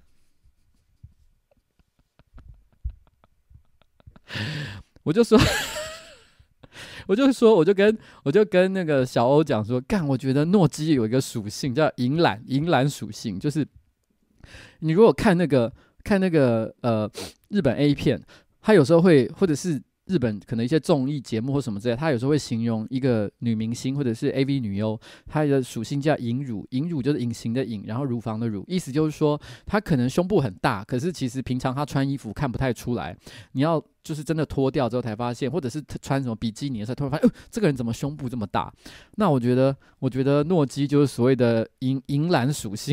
我就说。我就说，我就跟我就跟那个小欧讲说，干，我觉得诺基有一个属性叫银懒，银懒属性，就是你如果看那个看那个呃日本 A 片，他有时候会，或者是日本可能一些综艺节目或什么之类的，他有时候会形容一个女明星或者是 A V 女优，她的属性叫隐乳，隐乳就是隐形的隐，然后乳房的乳，意思就是说她可能胸部很大，可是其实平常她穿衣服看不太出来，你要就是真的脱掉之后才发现，或者是穿什么比基尼的时候突然发现，呃，这个人怎么胸部这么大？那我觉得，我觉得诺基就是所谓的银银蓝属性。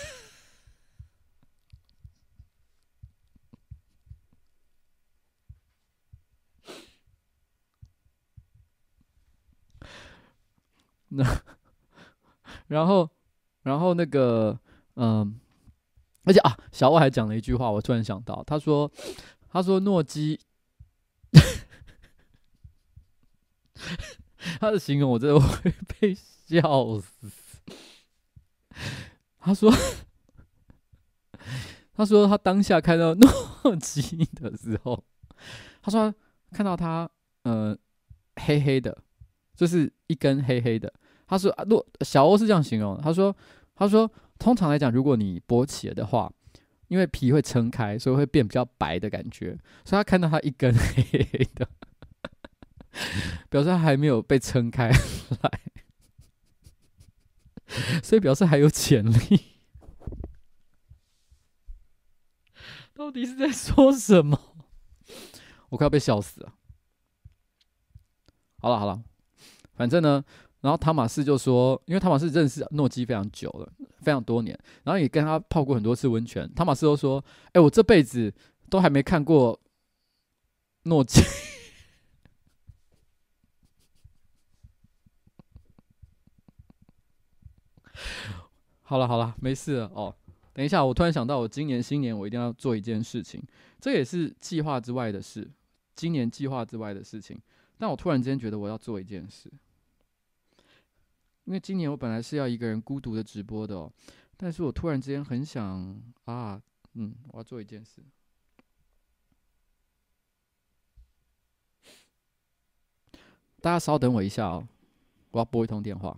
那然后，然后那个，嗯，而且啊，小欧还讲了一句话，我突然想到，他说，他说诺基，他的形容我真的会被笑死。他说，他说他当下看到诺基的时候，他说看到他，呃，黑黑的，就是一根黑黑的。他说：“啊，小欧是这样形容的。他说，他说，通常来讲，如果你勃起了的话，因为皮会撑开，所以会变比较白的感觉。所以他看到他一根黑黑的，表示他还没有被撑开来，所以表示还有潜力。到底是在说什么？我快要被笑死了。好了好了，反正呢。”然后汤马士就说，因为汤马士认识诺基非常久了，非常多年，然后也跟他泡过很多次温泉。汤马士都说：“哎、欸，我这辈子都还没看过诺基。”好了好了，没事了哦。等一下，我突然想到，我今年新年我一定要做一件事情，这也是计划之外的事，今年计划之外的事情。但我突然之间觉得我要做一件事。因为今年我本来是要一个人孤独的直播的哦，但是我突然之间很想啊，嗯，我要做一件事。大家稍等我一下哦，我要拨一通电话。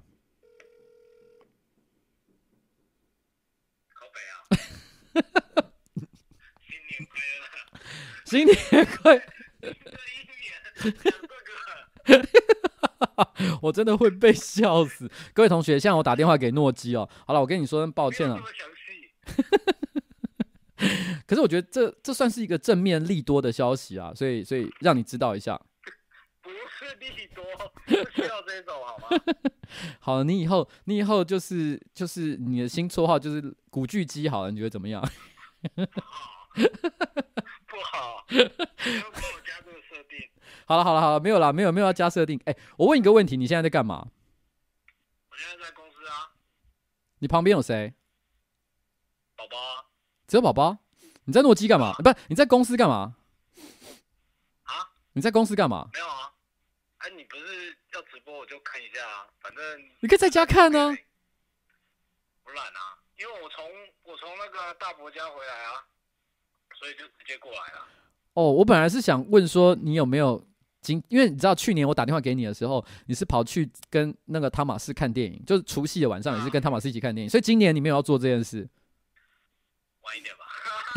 靠北啊！新年快乐！ 新年快乐！ 这一年讲这个。 我真的会被笑死，各位同学，现在我打电话给诺基哦。好了，我跟你说抱歉了。可是我觉得这这算是一个正面利多的消息啊，所以所以让你知道一下。 不是利多，不需要这种好吗？ 好，你以后你以后就是就是你的新绰号就是古巨基好了，你觉得怎么样？ 不好，不要跟我加这个设定。 好了好了好了，没有啦，没有没有要加设定。哎、欸，我问一个问题，你现在在干嘛？ 我现在在公司啊。 你旁边有谁？ 宝宝啊。 只有宝宝？你在诺基干嘛？啊、不是你在公司干嘛？ 啊？ 你在公司干嘛？ 没有啊。哎、啊，你不是要直播我就看一下啊，反正你可以在家看呢、啊。 我懒啊，因为我从我从那个大伯家回来啊，所以就直接过来了。 哦，我本来是想问说你有没有今，因为你知道去年我打电话给你的时候，你是跑去跟那个汤马士看电影，就是除夕的晚上也是跟汤马士一起看电影，所以今年你没有要做这件事。 晚一点吧。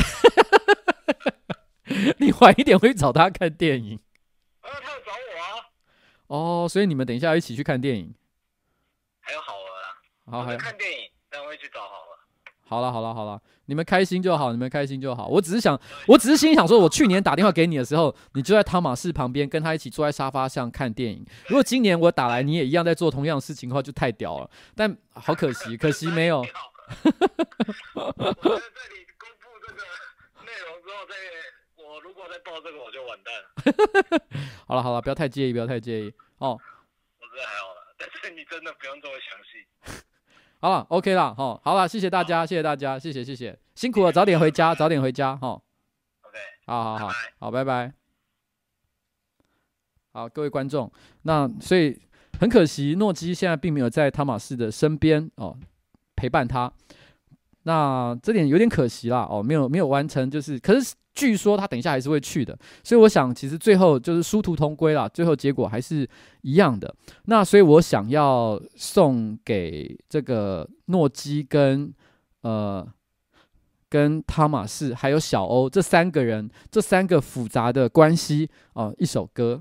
你晚一点会去找他看电影。 啊，他有找我啊。 哦，所以你们等一下要一起去看电影。 还有好了啦。 好，还看电影，但我会去找好了。 好了好了好了，你们开心就好，你们开心就好。我只是想，我只是心里想说，我去年打电话给你的时候，你就在汤马士旁边，跟他一起坐在沙发上看电影。如果今年我打来，你也一样在做同样的事情的话，就太屌了。但好可惜，可惜没有。 我在这里公布这个内容之后，再我如果再报这个，我就完蛋了。 好了好了，不要太介意，不要太介意哦。 我这还好了，但是你真的不用这么详细。 好了 ，OK 啦，哈，好了，谢谢大家，谢谢大家，谢谢谢谢，辛苦了，早点回家，早点回家，哈。 OK， 好好好，好，拜拜。 好，各位观众，那所以很可惜，诺基现在并没有在汤马士的身边哦陪伴他。那这点有点可惜啦，哦，没有没有完成，就是可是据说他等一下还是会去的，所以我想其实最后就是殊途同归啦，最后结果还是一样的。那所以我想要送给这个诺基跟呃跟汤马士还有小欧这三个人，这三个复杂的关系啊、呃，一首歌。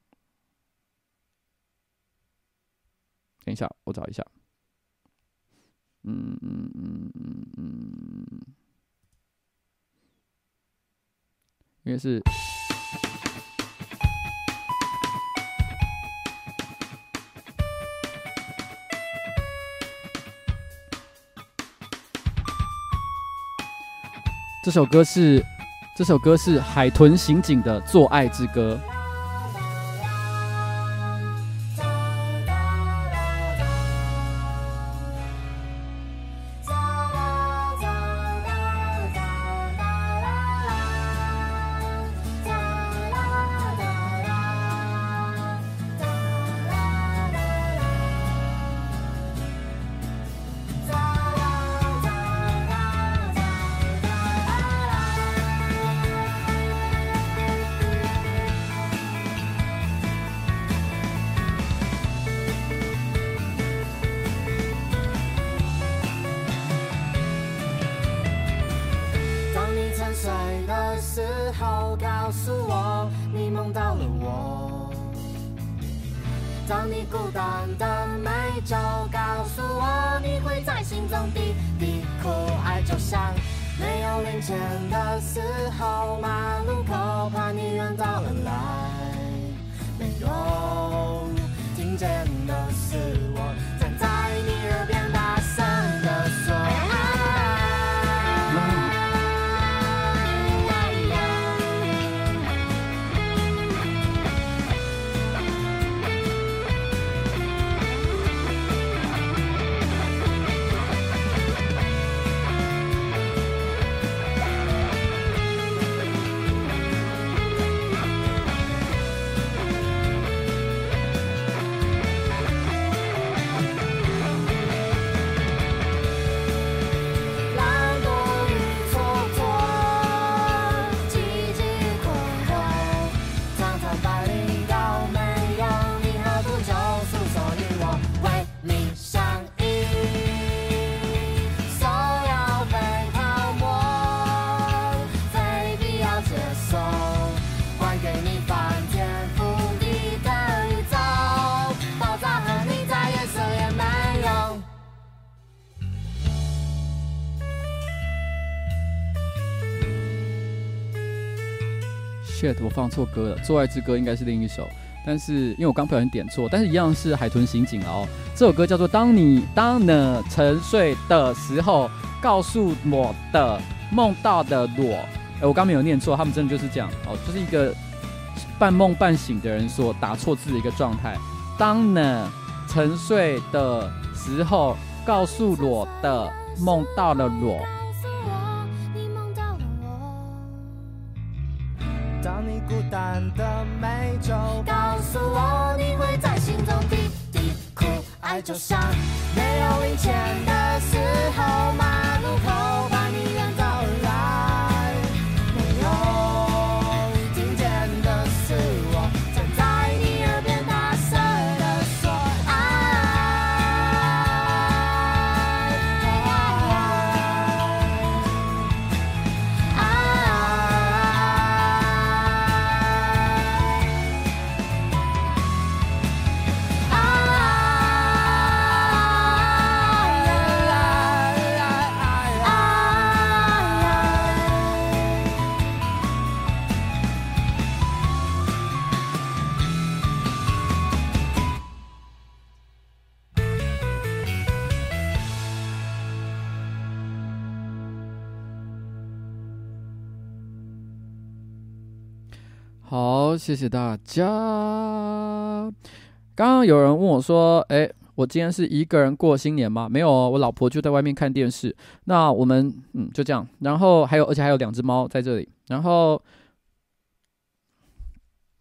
等一下，我找一下。嗯嗯嗯嗯嗯，因为是这首歌是这首歌是海豚刑警的《做爱之歌》。 当你孤单的每周告诉我，你会在心中滴滴哭。爱就像没有零钱的时候，马路口怕你远道而来，没用。听见的是我站在你耳边大声地说爱。 shit， 我放错歌了，《做爱之歌》应该是另一首，但是因为我刚不小心点错，但是一样是海豚刑警哦。这首歌叫做《当你当呢沉睡的时候告诉我的梦到的我》。哎，我刚没有念错，他们真的就是这样哦，就是一个半梦半醒的人所打错字的一个状态。当呢沉睡的时候告诉我的梦到了我。 当你孤单的每周告诉我，你会在心中滴滴哭。爱就像没有零钱的时候，马路口把你远道而来，没用。听见的是我站在你耳边大声地说爱。 好，谢谢大家。刚刚有人问我说：“哎，我今天是一个人过新年吗？”没有哦，我老婆就在外面看电视。那我们嗯就这样，然后还有，而且还有两只猫在这里。然后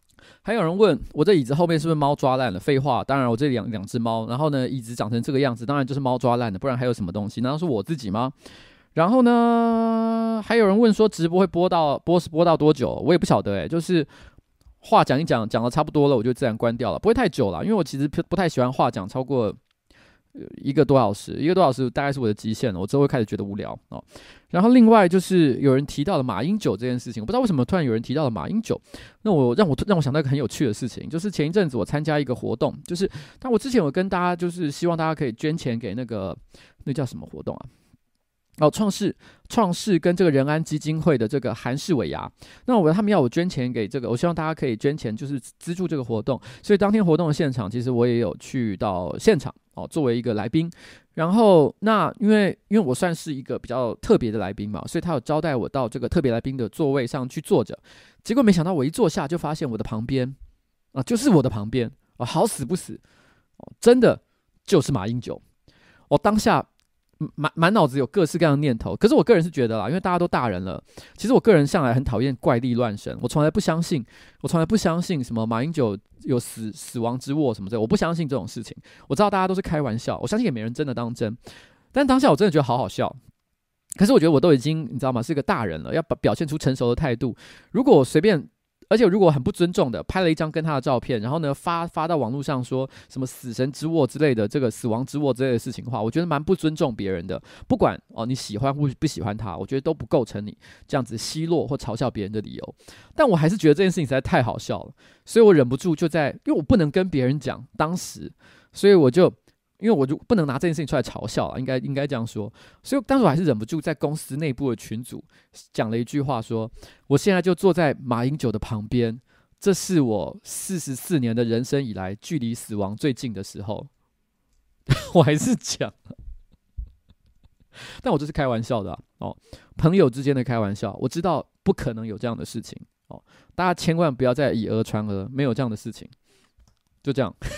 还有人问我这椅子后面是不是猫抓烂了？废话，当然我这两两只猫，然后呢，椅子长成这个样子，当然就是猫抓烂的，不然还有什么东西？难道是我自己吗？然后呢，还有人问说直播会播到播播到多久？我也不晓得哎，就是话讲一讲，讲的差不多了，我就自然关掉了，不会太久了，因为我其实不太喜欢话讲超过一个多小时，一个多小时大概是我的极限了，我之后会开始觉得无聊哦。然后另外就是有人提到了马英九这件事情，我不知道为什么突然有人提到了马英九，那我让我让我想到一个很有趣的事情，就是前一阵子我参加一个活动，就是但我之前有跟大家就是希望大家可以捐钱给那个那叫什么活动啊？哦，创世创世跟这个仁安基金会的这个韩式尾牙，那我他们要我捐钱给这个，我希望大家可以捐钱，就是资助这个活动。所以当天活动的现场，其实我也有去到现场哦，作为一个来宾。然后那因为因为我算是一个比较特别的来宾嘛，所以他有招待我到这个特别来宾的座位上去坐着。结果没想到我一坐下就发现我的旁边啊，就是我的旁边啊，好死不死哦，真的就是马英九。我当下。满满脑子有各式各样的念头，可是我个人是觉得啦，因为大家都大人了，其实我个人向来很讨厌怪力乱神，我从来不相信，我从来不相信什么马英九有死死亡之握什么的，我不相信这种事情。我知道大家都是开玩笑，我相信也没人真的当真，但当下我真的觉得好好笑。可是我觉得我都已经你知道吗，是个大人了，要表现出成熟的态度。如果我随便。而且如果很不尊重的拍了一张跟他的照片，然后呢发发到网络上说什么死神之握之类的，这个死亡之握之类的事情的话，我觉得蛮不尊重别人的。不管哦你喜欢或不喜欢他，我觉得都不构成你这样子奚落或嘲笑别人的理由。但我还是觉得这件事情实在太好笑了，所以我忍不住就在，因为我不能跟别人讲当时，所以我就。因为我就不能拿这件事情出来嘲笑了，应该应该这样说，所以当时我还是忍不住在公司内部的群组讲了一句话说，我现在就坐在马英九的旁边，这是我四十四年的人生以来距离死亡最近的时候，我还是讲了，但我这是开玩笑的、啊、哦，朋友之间的开玩笑，我知道不可能有这样的事情哦，大家千万不要再以讹传讹，没有这样的事情，就这样。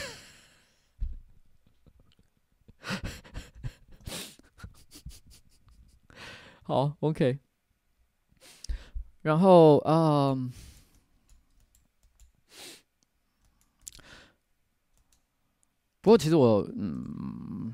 好 ，OK。然后，嗯，不过其实我，嗯，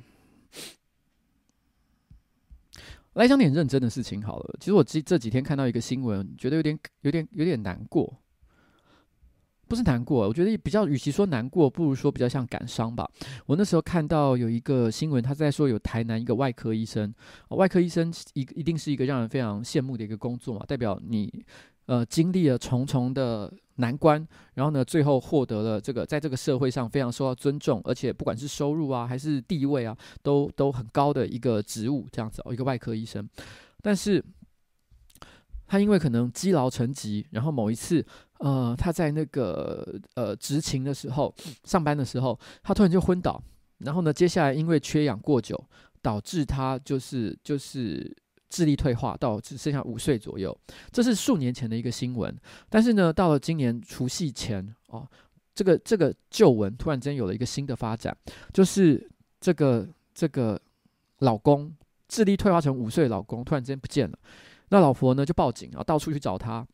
来讲点认真的事情好了。其实我这这几天看到一个新闻，觉得有点、有点、有点难过。不是难过，我觉得比较，与其说难过，不如说比较像感伤吧。我那时候看到有一个新闻，他在说有台南一个外科医生，呃、外科医生一一定是一个让人非常羡慕的一个工作嘛，代表你呃经历了重重的难关，然后呢，最后获得了这个在这个社会上非常受到尊重，而且不管是收入啊还是地位啊，都都很高的一个职务，这样子哦，一个外科医生，但是。他因为可能积劳成疾，然后某一次，呃，他在那个呃执勤的时候，上班的时候，他突然就昏倒，然后呢，接下来因为缺氧过久，导致他就是就是智力退化，到只剩下五岁左右。这是数年前的一个新闻，但是呢，到了今年除夕前哦，这个这个旧闻突然间有了一个新的发展，就是这个这个老公智力退化成五岁的老公突然间不见了。那老婆呢就报警，然后到处去找他。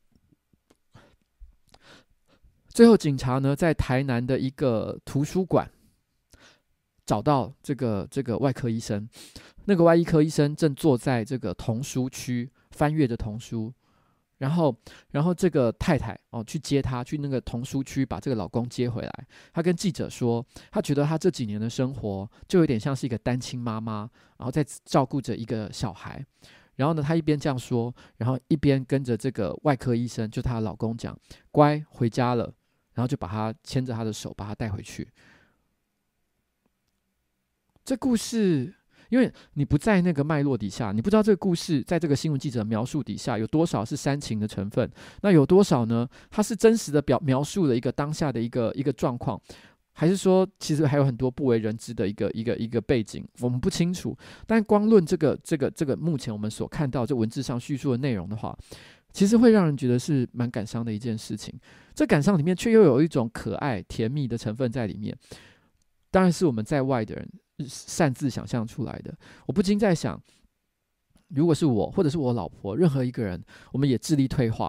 最后警察呢在台南的一个图书馆找到这个这个外科医生，那个外科医生正坐在这个童书区翻阅着童书，然后然后这个太太哦去接他，去那个童书区把这个老公接回来。他跟记者说，他觉得他这几年的生活就有点像是一个单亲妈妈，然后在照顾着一个小孩。然后呢，她一边这样说，然后一边跟着这个外科医生，就她的老公讲：“乖，回家了。”然后就把她牵着她的手，把她带回去。这故事，因为你不在那个脉络底下，你不知道这个故事在这个新闻记者描述底下有多少是煽情的成分，那有多少呢？它是真实的表描述了一个当下的一个一个状况。还是说，其实还有很多不为人知的一个一个一个背景，我们不清楚。但光论这个这个这个目前我们所看到这文字上叙述的内容的话，其实会让人觉得是蛮感伤的一件事情。这感伤里面却又有一种可爱甜蜜的成分在里面，当然是我们在外的人擅自想象出来的。我不禁在想，如果是我或者是我老婆，任何一个人，我们也智力退化。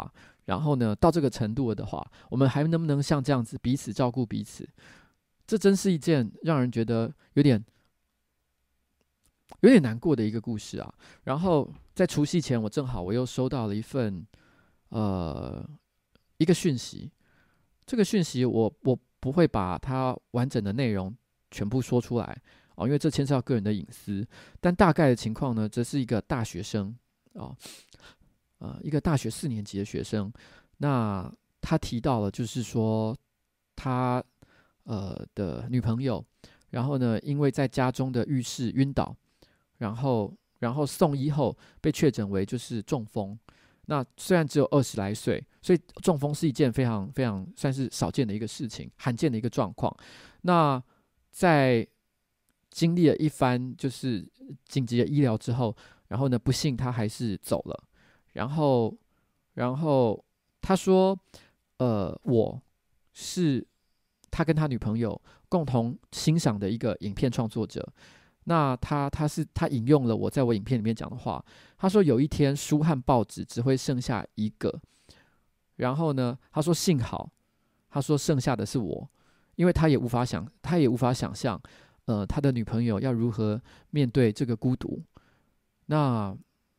然后呢，到这个程度了的话，我们还能不能像这样子彼此照顾彼此？这真是一件让人觉得有点有点难过的一个故事啊。然后在除夕前，我正好我又收到了一份呃一个讯息，这个讯息我我不会把它完整的内容全部说出来哦，因为这牵涉到个人的隐私。但大概的情况呢，这是一个大学生哦，呃，一个大学四年级的学生。那他提到了，就是说他呃的女朋友，然后呢，因为在家中的浴室晕倒，然后然后送医后被确诊为就是中风。那虽然只有二十来岁，所以中风是一件非常非常算是少见的一个事情，罕见的一个状况。那在经历了一番就是紧急的医疗之后，然后呢，不幸他还是走了。然后，然后他说，呃，我是他跟他女朋友共同欣赏的一个影片创作者。那他他是他引用了我在我影片里面讲的话，他说有一天书和报纸只会剩下一个，然后呢，他说幸好，他说剩下的是我，因为他也无法想，他也无法想象，呃，他的女朋友要如何面对这个孤独。那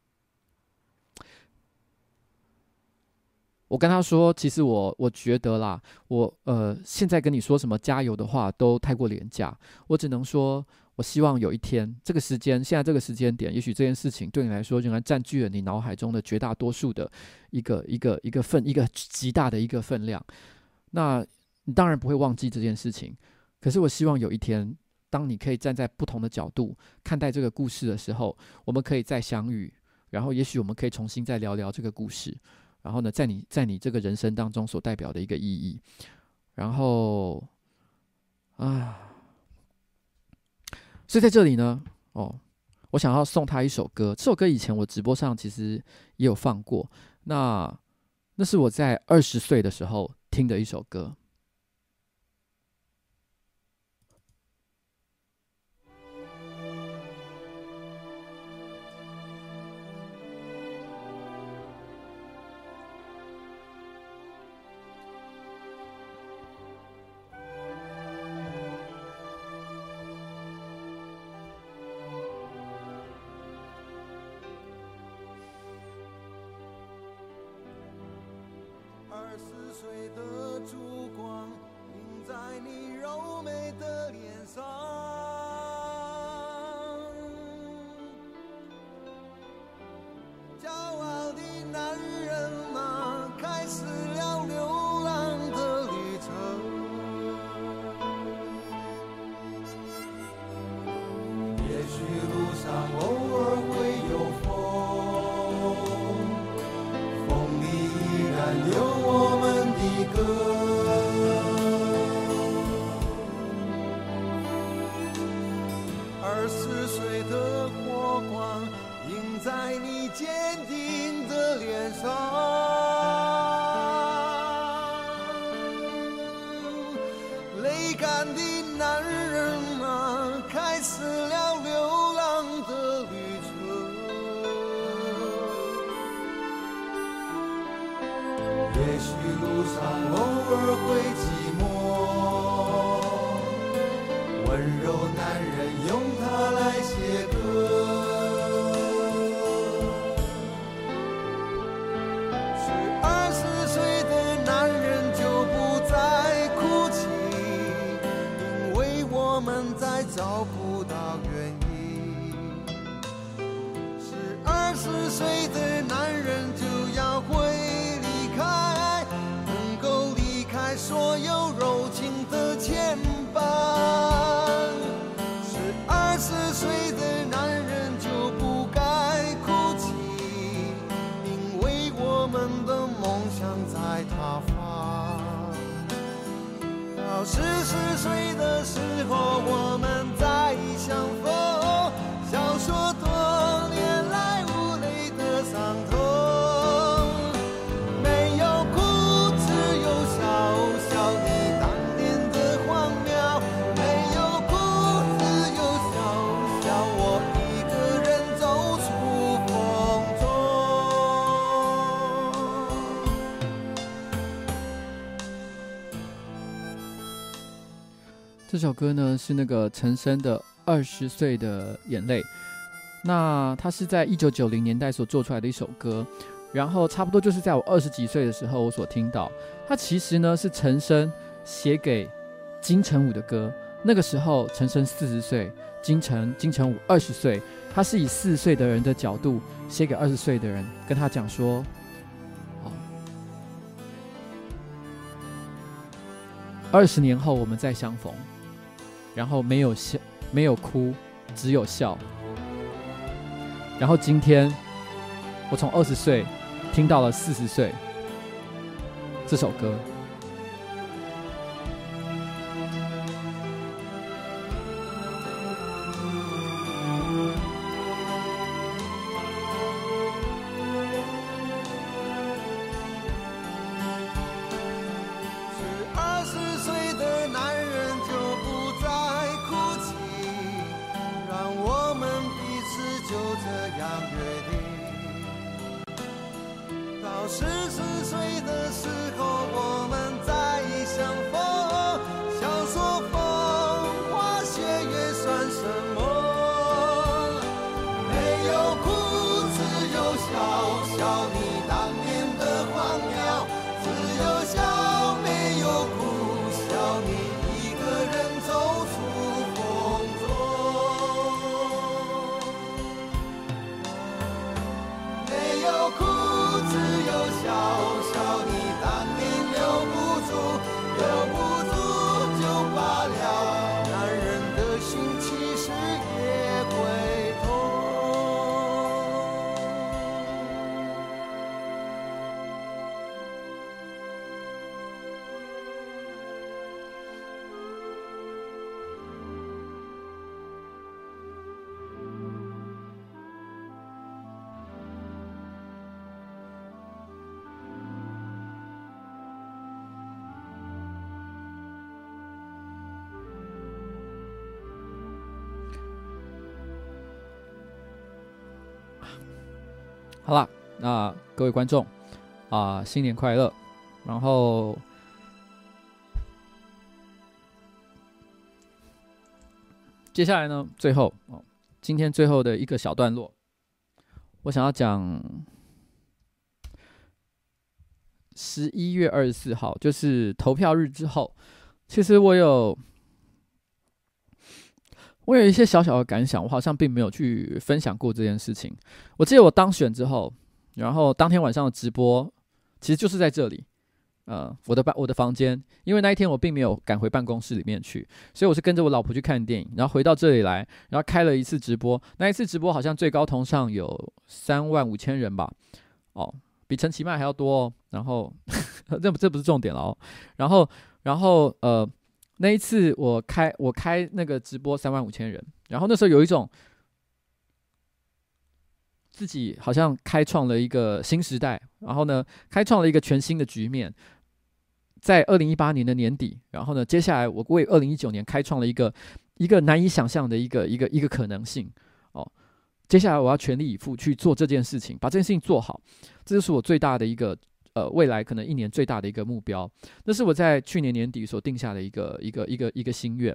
我跟他说，其实我我觉得啦，我呃现在跟你说什么加油的话都太过廉价，我只能说，我希望有一天，这个时间，现在这个时间点，也许这件事情对你来说仍然占据了你脑海中的绝大多数的一个一个一个分，一个极大的一个分量。那你当然不会忘记这件事情，可是我希望有一天，当你可以站在不同的角度看待这个故事的时候，我们可以再相遇，然后也许我们可以重新再聊聊这个故事。然后呢，在你在你这个人生当中所代表的一个意义，然后啊，所以在这里呢，哦，我想要送他一首歌。这首歌以前我直播上其实也有放过，那那是我在二十岁的时候听的一首歌。 二十岁的烛光映在你柔美的脸上，骄傲的男人啊，开始了流浪的旅程。也许路上偶尔会有风，风里依然有我们的歌。二十岁的火光映在你坚定的脸上，泪干的男人啊，开始了流浪的旅程。也许路上偶尔会寂寞，温柔男人用它来写歌。是二十岁的男人就不再哭泣，因为我们再找不到原因。是二十岁的男人就要会离开，能够离开所有柔情的牵绊。是二十岁的男人就不该哭泣，因为我们的梦想在他方。到四十岁的时候，我们再相逢，笑说多年来无泪的伤痛。没有哭，只有笑，笑你当年的荒谬。没有哭，只有笑，笑我一个人走出风中。 这首歌呢是那个陈升的《二十岁的眼泪》，那它是在一九九零年代所做出来的一首歌，然后差不多就是在我二十几岁的时候我所听到。它其实呢是陈升写给金城武的歌，那个时候陈升四十岁，金城金城武二十岁，他是以四十岁的人的角度写给二十岁的人，跟他讲说，二十年后我们再相逢，然后没有笑，没有哭，只有笑。然后今天我从二十岁听到了四十岁这首歌。好啦，那各位观众啊、呃，新年快乐！然后接下来呢，最后哦，今天最后的一个小段落，我想要讲十一月二十四号，就是投票日之后，其实我有我有一些小小的感想，我好像并没有去分享过这件事情。我记得我当选之后，然后当天晚上的直播其实就是在这里，呃，我的办我的房间，因为那一天我并没有赶回办公室里面去，所以我是跟着我老婆去看电影，然后回到这里来，然后开了一次直播。那一次直播好像最高同上有三万五千人吧，哦，比陈其迈还要多哦。然后这这不是重点了哦。然后然后呃。那一次我开我开那个直播三万五千人，然后那时候有一种自己好像开创了一个新时代，然后呢开创了一个全新的局面。在二零一八年的年底，然后呢接下来我为二零一九年开创了一个一个难以想象的一个一个一个可能性哦。接下来我要全力以赴去做这件事情，把这件事情做好，这就是我最大的一个。呃，未来可能一年最大的一个目标，那是我在去年年底所定下的一个一个一个一个心愿。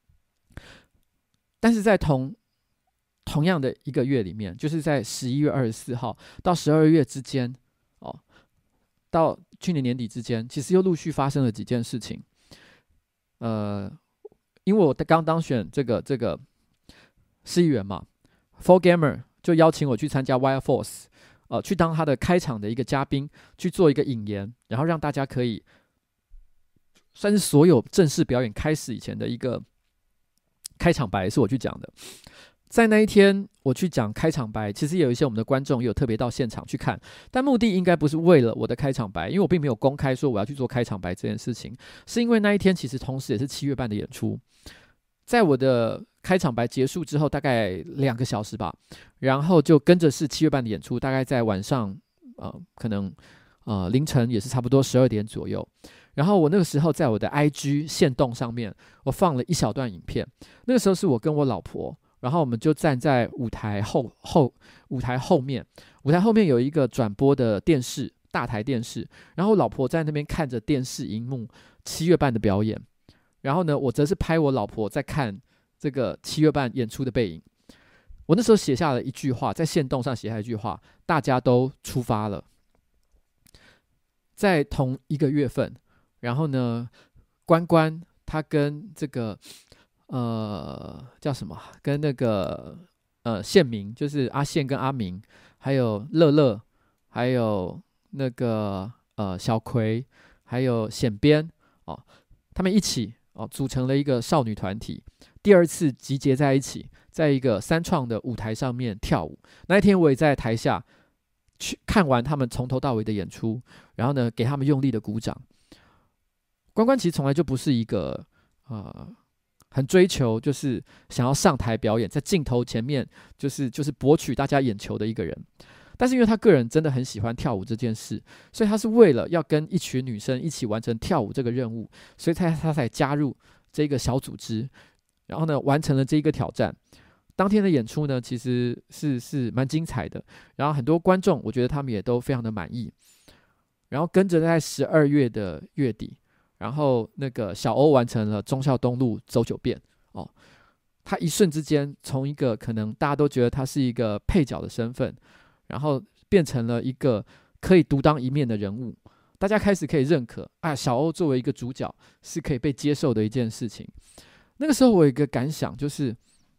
但是在同同样的一个月里面，就是在十一月二十四号到十二月之间，哦，到去年年底之间，其实又陆续发生了几件事情。呃，因为我刚当选这个这个市议员嘛 ，Four Gamer 就邀请我去参加 Wild Force。呃，去当他的开场的一个嘉宾，去做一个引言，然后让大家可以算是所有正式表演开始以前的一个开场白，是我去讲的。在那一天我去讲开场白，其实也有一些我们的观众也有特别到现场去看，但目的应该不是为了我的开场白，因为我并没有公开说我要去做开场白这件事情，是因为那一天其实同时也是七月半的演出。在我的开场白结束之后大概两个小时吧，然后就跟着是七月半的演出，大概在晚上呃可能呃凌晨也是差不多十二点左右。然后我那个时候在我的 I G 限动上面，我放了一小段影片。那个时候是我跟我老婆，然后我们就站在舞台后后舞台后面，舞台后面有一个转播的电视，大台电视，然后我老婆在那边看着电视荧幕七月半的表演。 然后呢，我则是拍我老婆在看这个七月半演出的背影。我那时候写下了一句话，在限动上写下一句话：大家都出发了。在同一个月份，然后呢，关关他跟这个呃叫什么，跟那个呃宪明，就是阿宪跟阿明，还有乐乐，还有那个呃小葵，还有显编哦，他们一起哦组成了一个少女团体，第二次集结在一起，在一个三创的舞台上面跳舞。那一天我也在台下去看完他们从头到尾的演出，然后呢给他们用力的鼓掌。关关其实从来就不是一个呃很追求就是想要上台表演，在镜头前面就是就是博取大家眼球的一个人。但是因为他个人真的很喜欢跳舞这件事，所以他是为了要跟一群女生一起完成跳舞这个任务，所以他他才加入这个小组织，然后呢完成了这一个挑战。当天的演出呢其实是是蛮精彩的，然后很多观众我觉得他们也都非常的满意。然后跟着在十二月的月底，然后那个小欧完成了忠孝东路走九遍哦，他一瞬之间从一个可能大家都觉得他是一个配角的身份，然后变成了一个可以独当一面的人物，大家开始可以认可啊，小欧作为一个主角是可以被接受的一件事情。那个时候我有一个感想，就是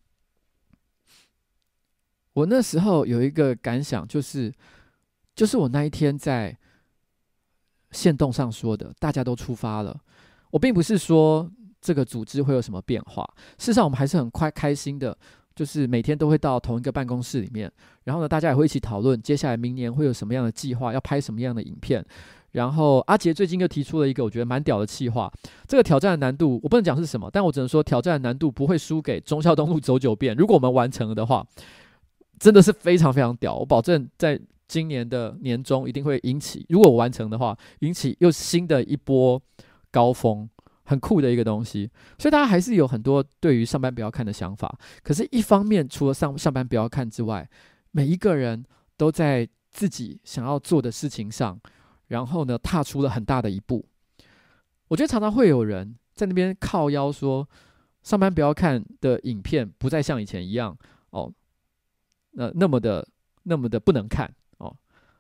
我那时候有一个感想，就是就是我那一天在限动上说的，大家都出发了。我并不是说这个组织会有什么变化，事实上我们还是很快开心的，就是每天都会到同一个办公室里面，然后呢，大家也会一起讨论接下来明年会有什么样的计划，要拍什么样的影片。然后阿杰最近又提出了一个我觉得蛮屌的企划，这个挑战的难度我不能讲是什么，但我只能说挑战的难度不会输给忠孝东路走九遍。如果我们完成了的话，真的是非常非常屌，我保证在今年的年中一定会引起，如果我完成的话，引起又新的一波高峰，很酷的一个东西。所以大家还是有很多对于上班不要看的想法，可是一方面除了上上班不要看之外，每一个人都在自己想要做的事情上，然后呢踏出了很大的一步。我觉得常常会有人在那边靠腰说上班不要看的影片不再像以前一样哦，那那么的那么的不能看哦。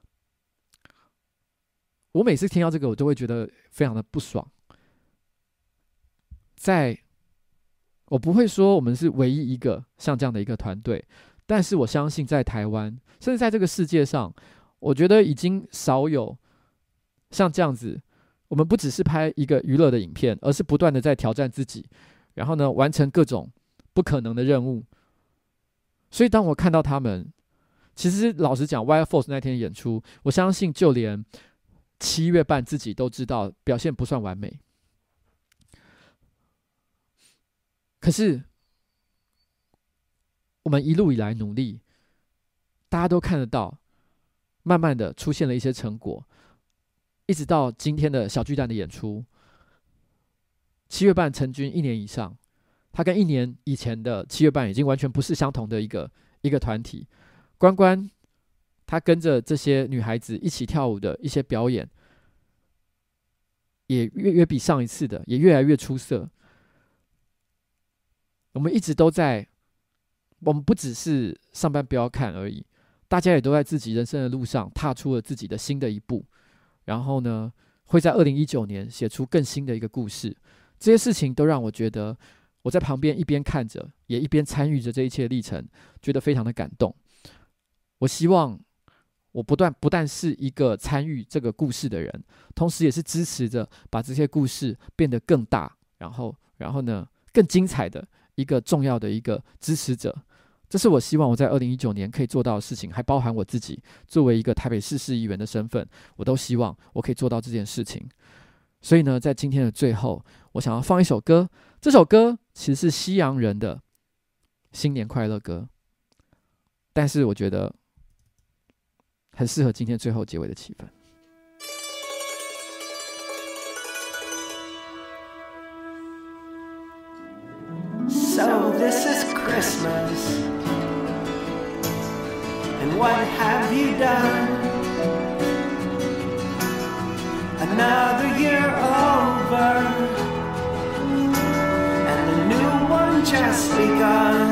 我每次听到这个，我都会觉得非常的不爽。在我不会说我们是唯一一个像这样的一个团队，但是我相信在台湾，甚至在这个世界上，我觉得已经少有像这样子，我们不只是拍一个娱乐的影片，而是不断的在挑战自己，然后呢完成各种不可能的任务。所以当我看到他们，其实老实讲 Wild Force 那天演出，我相信就连七月半自己都知道表现不算完美，可是我们一路以来努力，大家都看得到，慢慢的出现了一些成果，一直到今天的小巨蛋的演出，七月半成军一年以上，他跟一年以前的七月半已经完全不是相同的一个一个团体。关关他跟着这些女孩子一起跳舞的一些表演，也越越比上一次的也越来越出色。我们一直都在，我们不只是上班不要看而已，大家也都在自己人生的路上踏出了自己的新的一步，然后呢会在二零一九年写出更新的一个故事。这些事情都让我觉得我在旁边一边看着，也一边参与着这一切历程，觉得非常的感动。我希望我不断不但是一个参与这个故事的人，同时也是支持着把这些故事变得更大，然后然后呢更精彩的一个重要的一个支持者。这是我希望我在二零一九年可以做到的事情，还包含我自己作为一个台北市市议员的身份，我都希望我可以做到这件事情。所以呢，在今天的最后，我想要放一首歌，这首歌其实是西洋人的新年快乐歌，但是我觉得很适合今天最后结尾的气氛。 So this is Christmas, and what have you done? Another year over, just begun.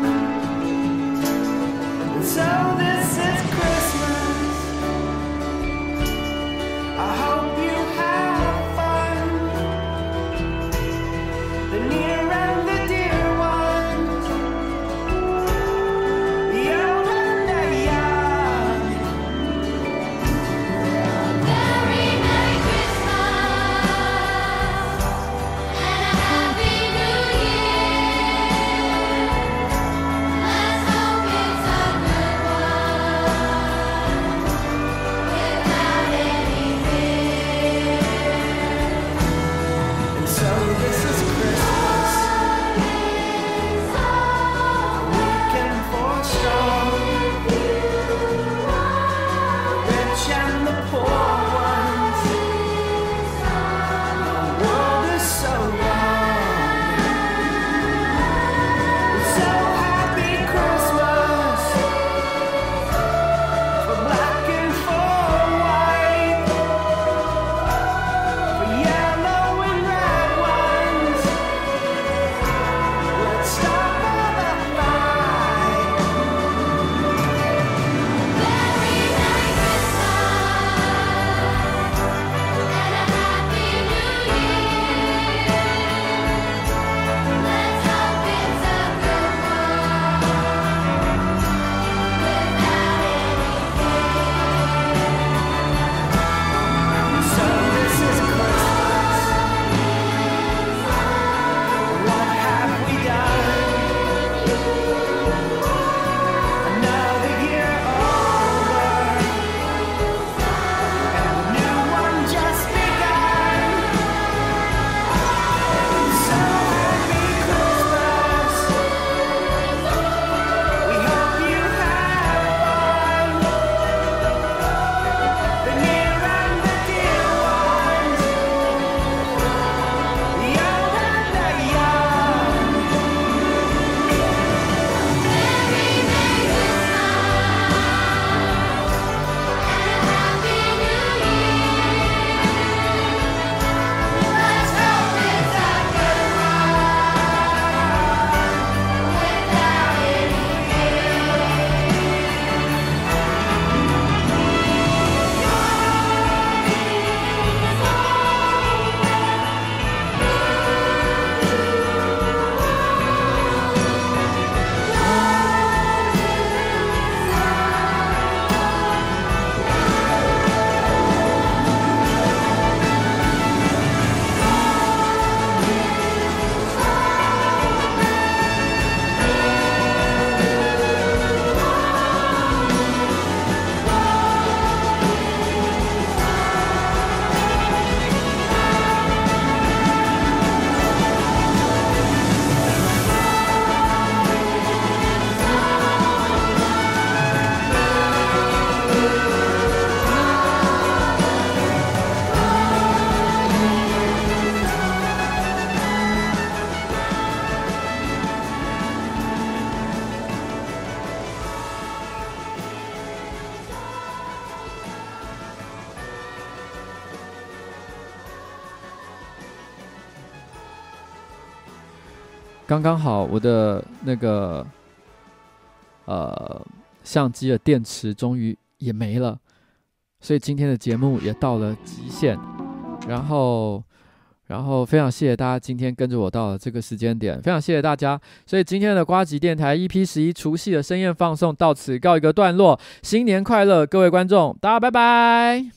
And so this is Christmas. I hope you have fun. The near and the dear ones, the old and the young. Merry, Merry Christmas and a Happy New Year. Let's hope it's a good one without any fear. And so this is Christmas. Weekend for strong. Rich and the poor ones. The world is so long. So happy Christmas for black and for white, for yellow and red ones. Let's stop all the fight. Merry, Merry Christmas and a Happy New Year. Let's hope it's a good one without any fear. So this is Christmas. What have we done? Another year over, and a new one just begun. So happy Christmas. We hope you have fun. The near and the dear ones, the old and the young. Merry, Merry 刚刚好，我的那个呃相机的电池终于也没了，所以今天的节目也到了极限。然后，然后非常谢谢大家今天跟着我到了这个时间点，非常谢谢大家。所以今天的呱吉电台 E P 十一除夕的盛宴放送到此告一个段落，新年快乐，各位观众，大家拜拜。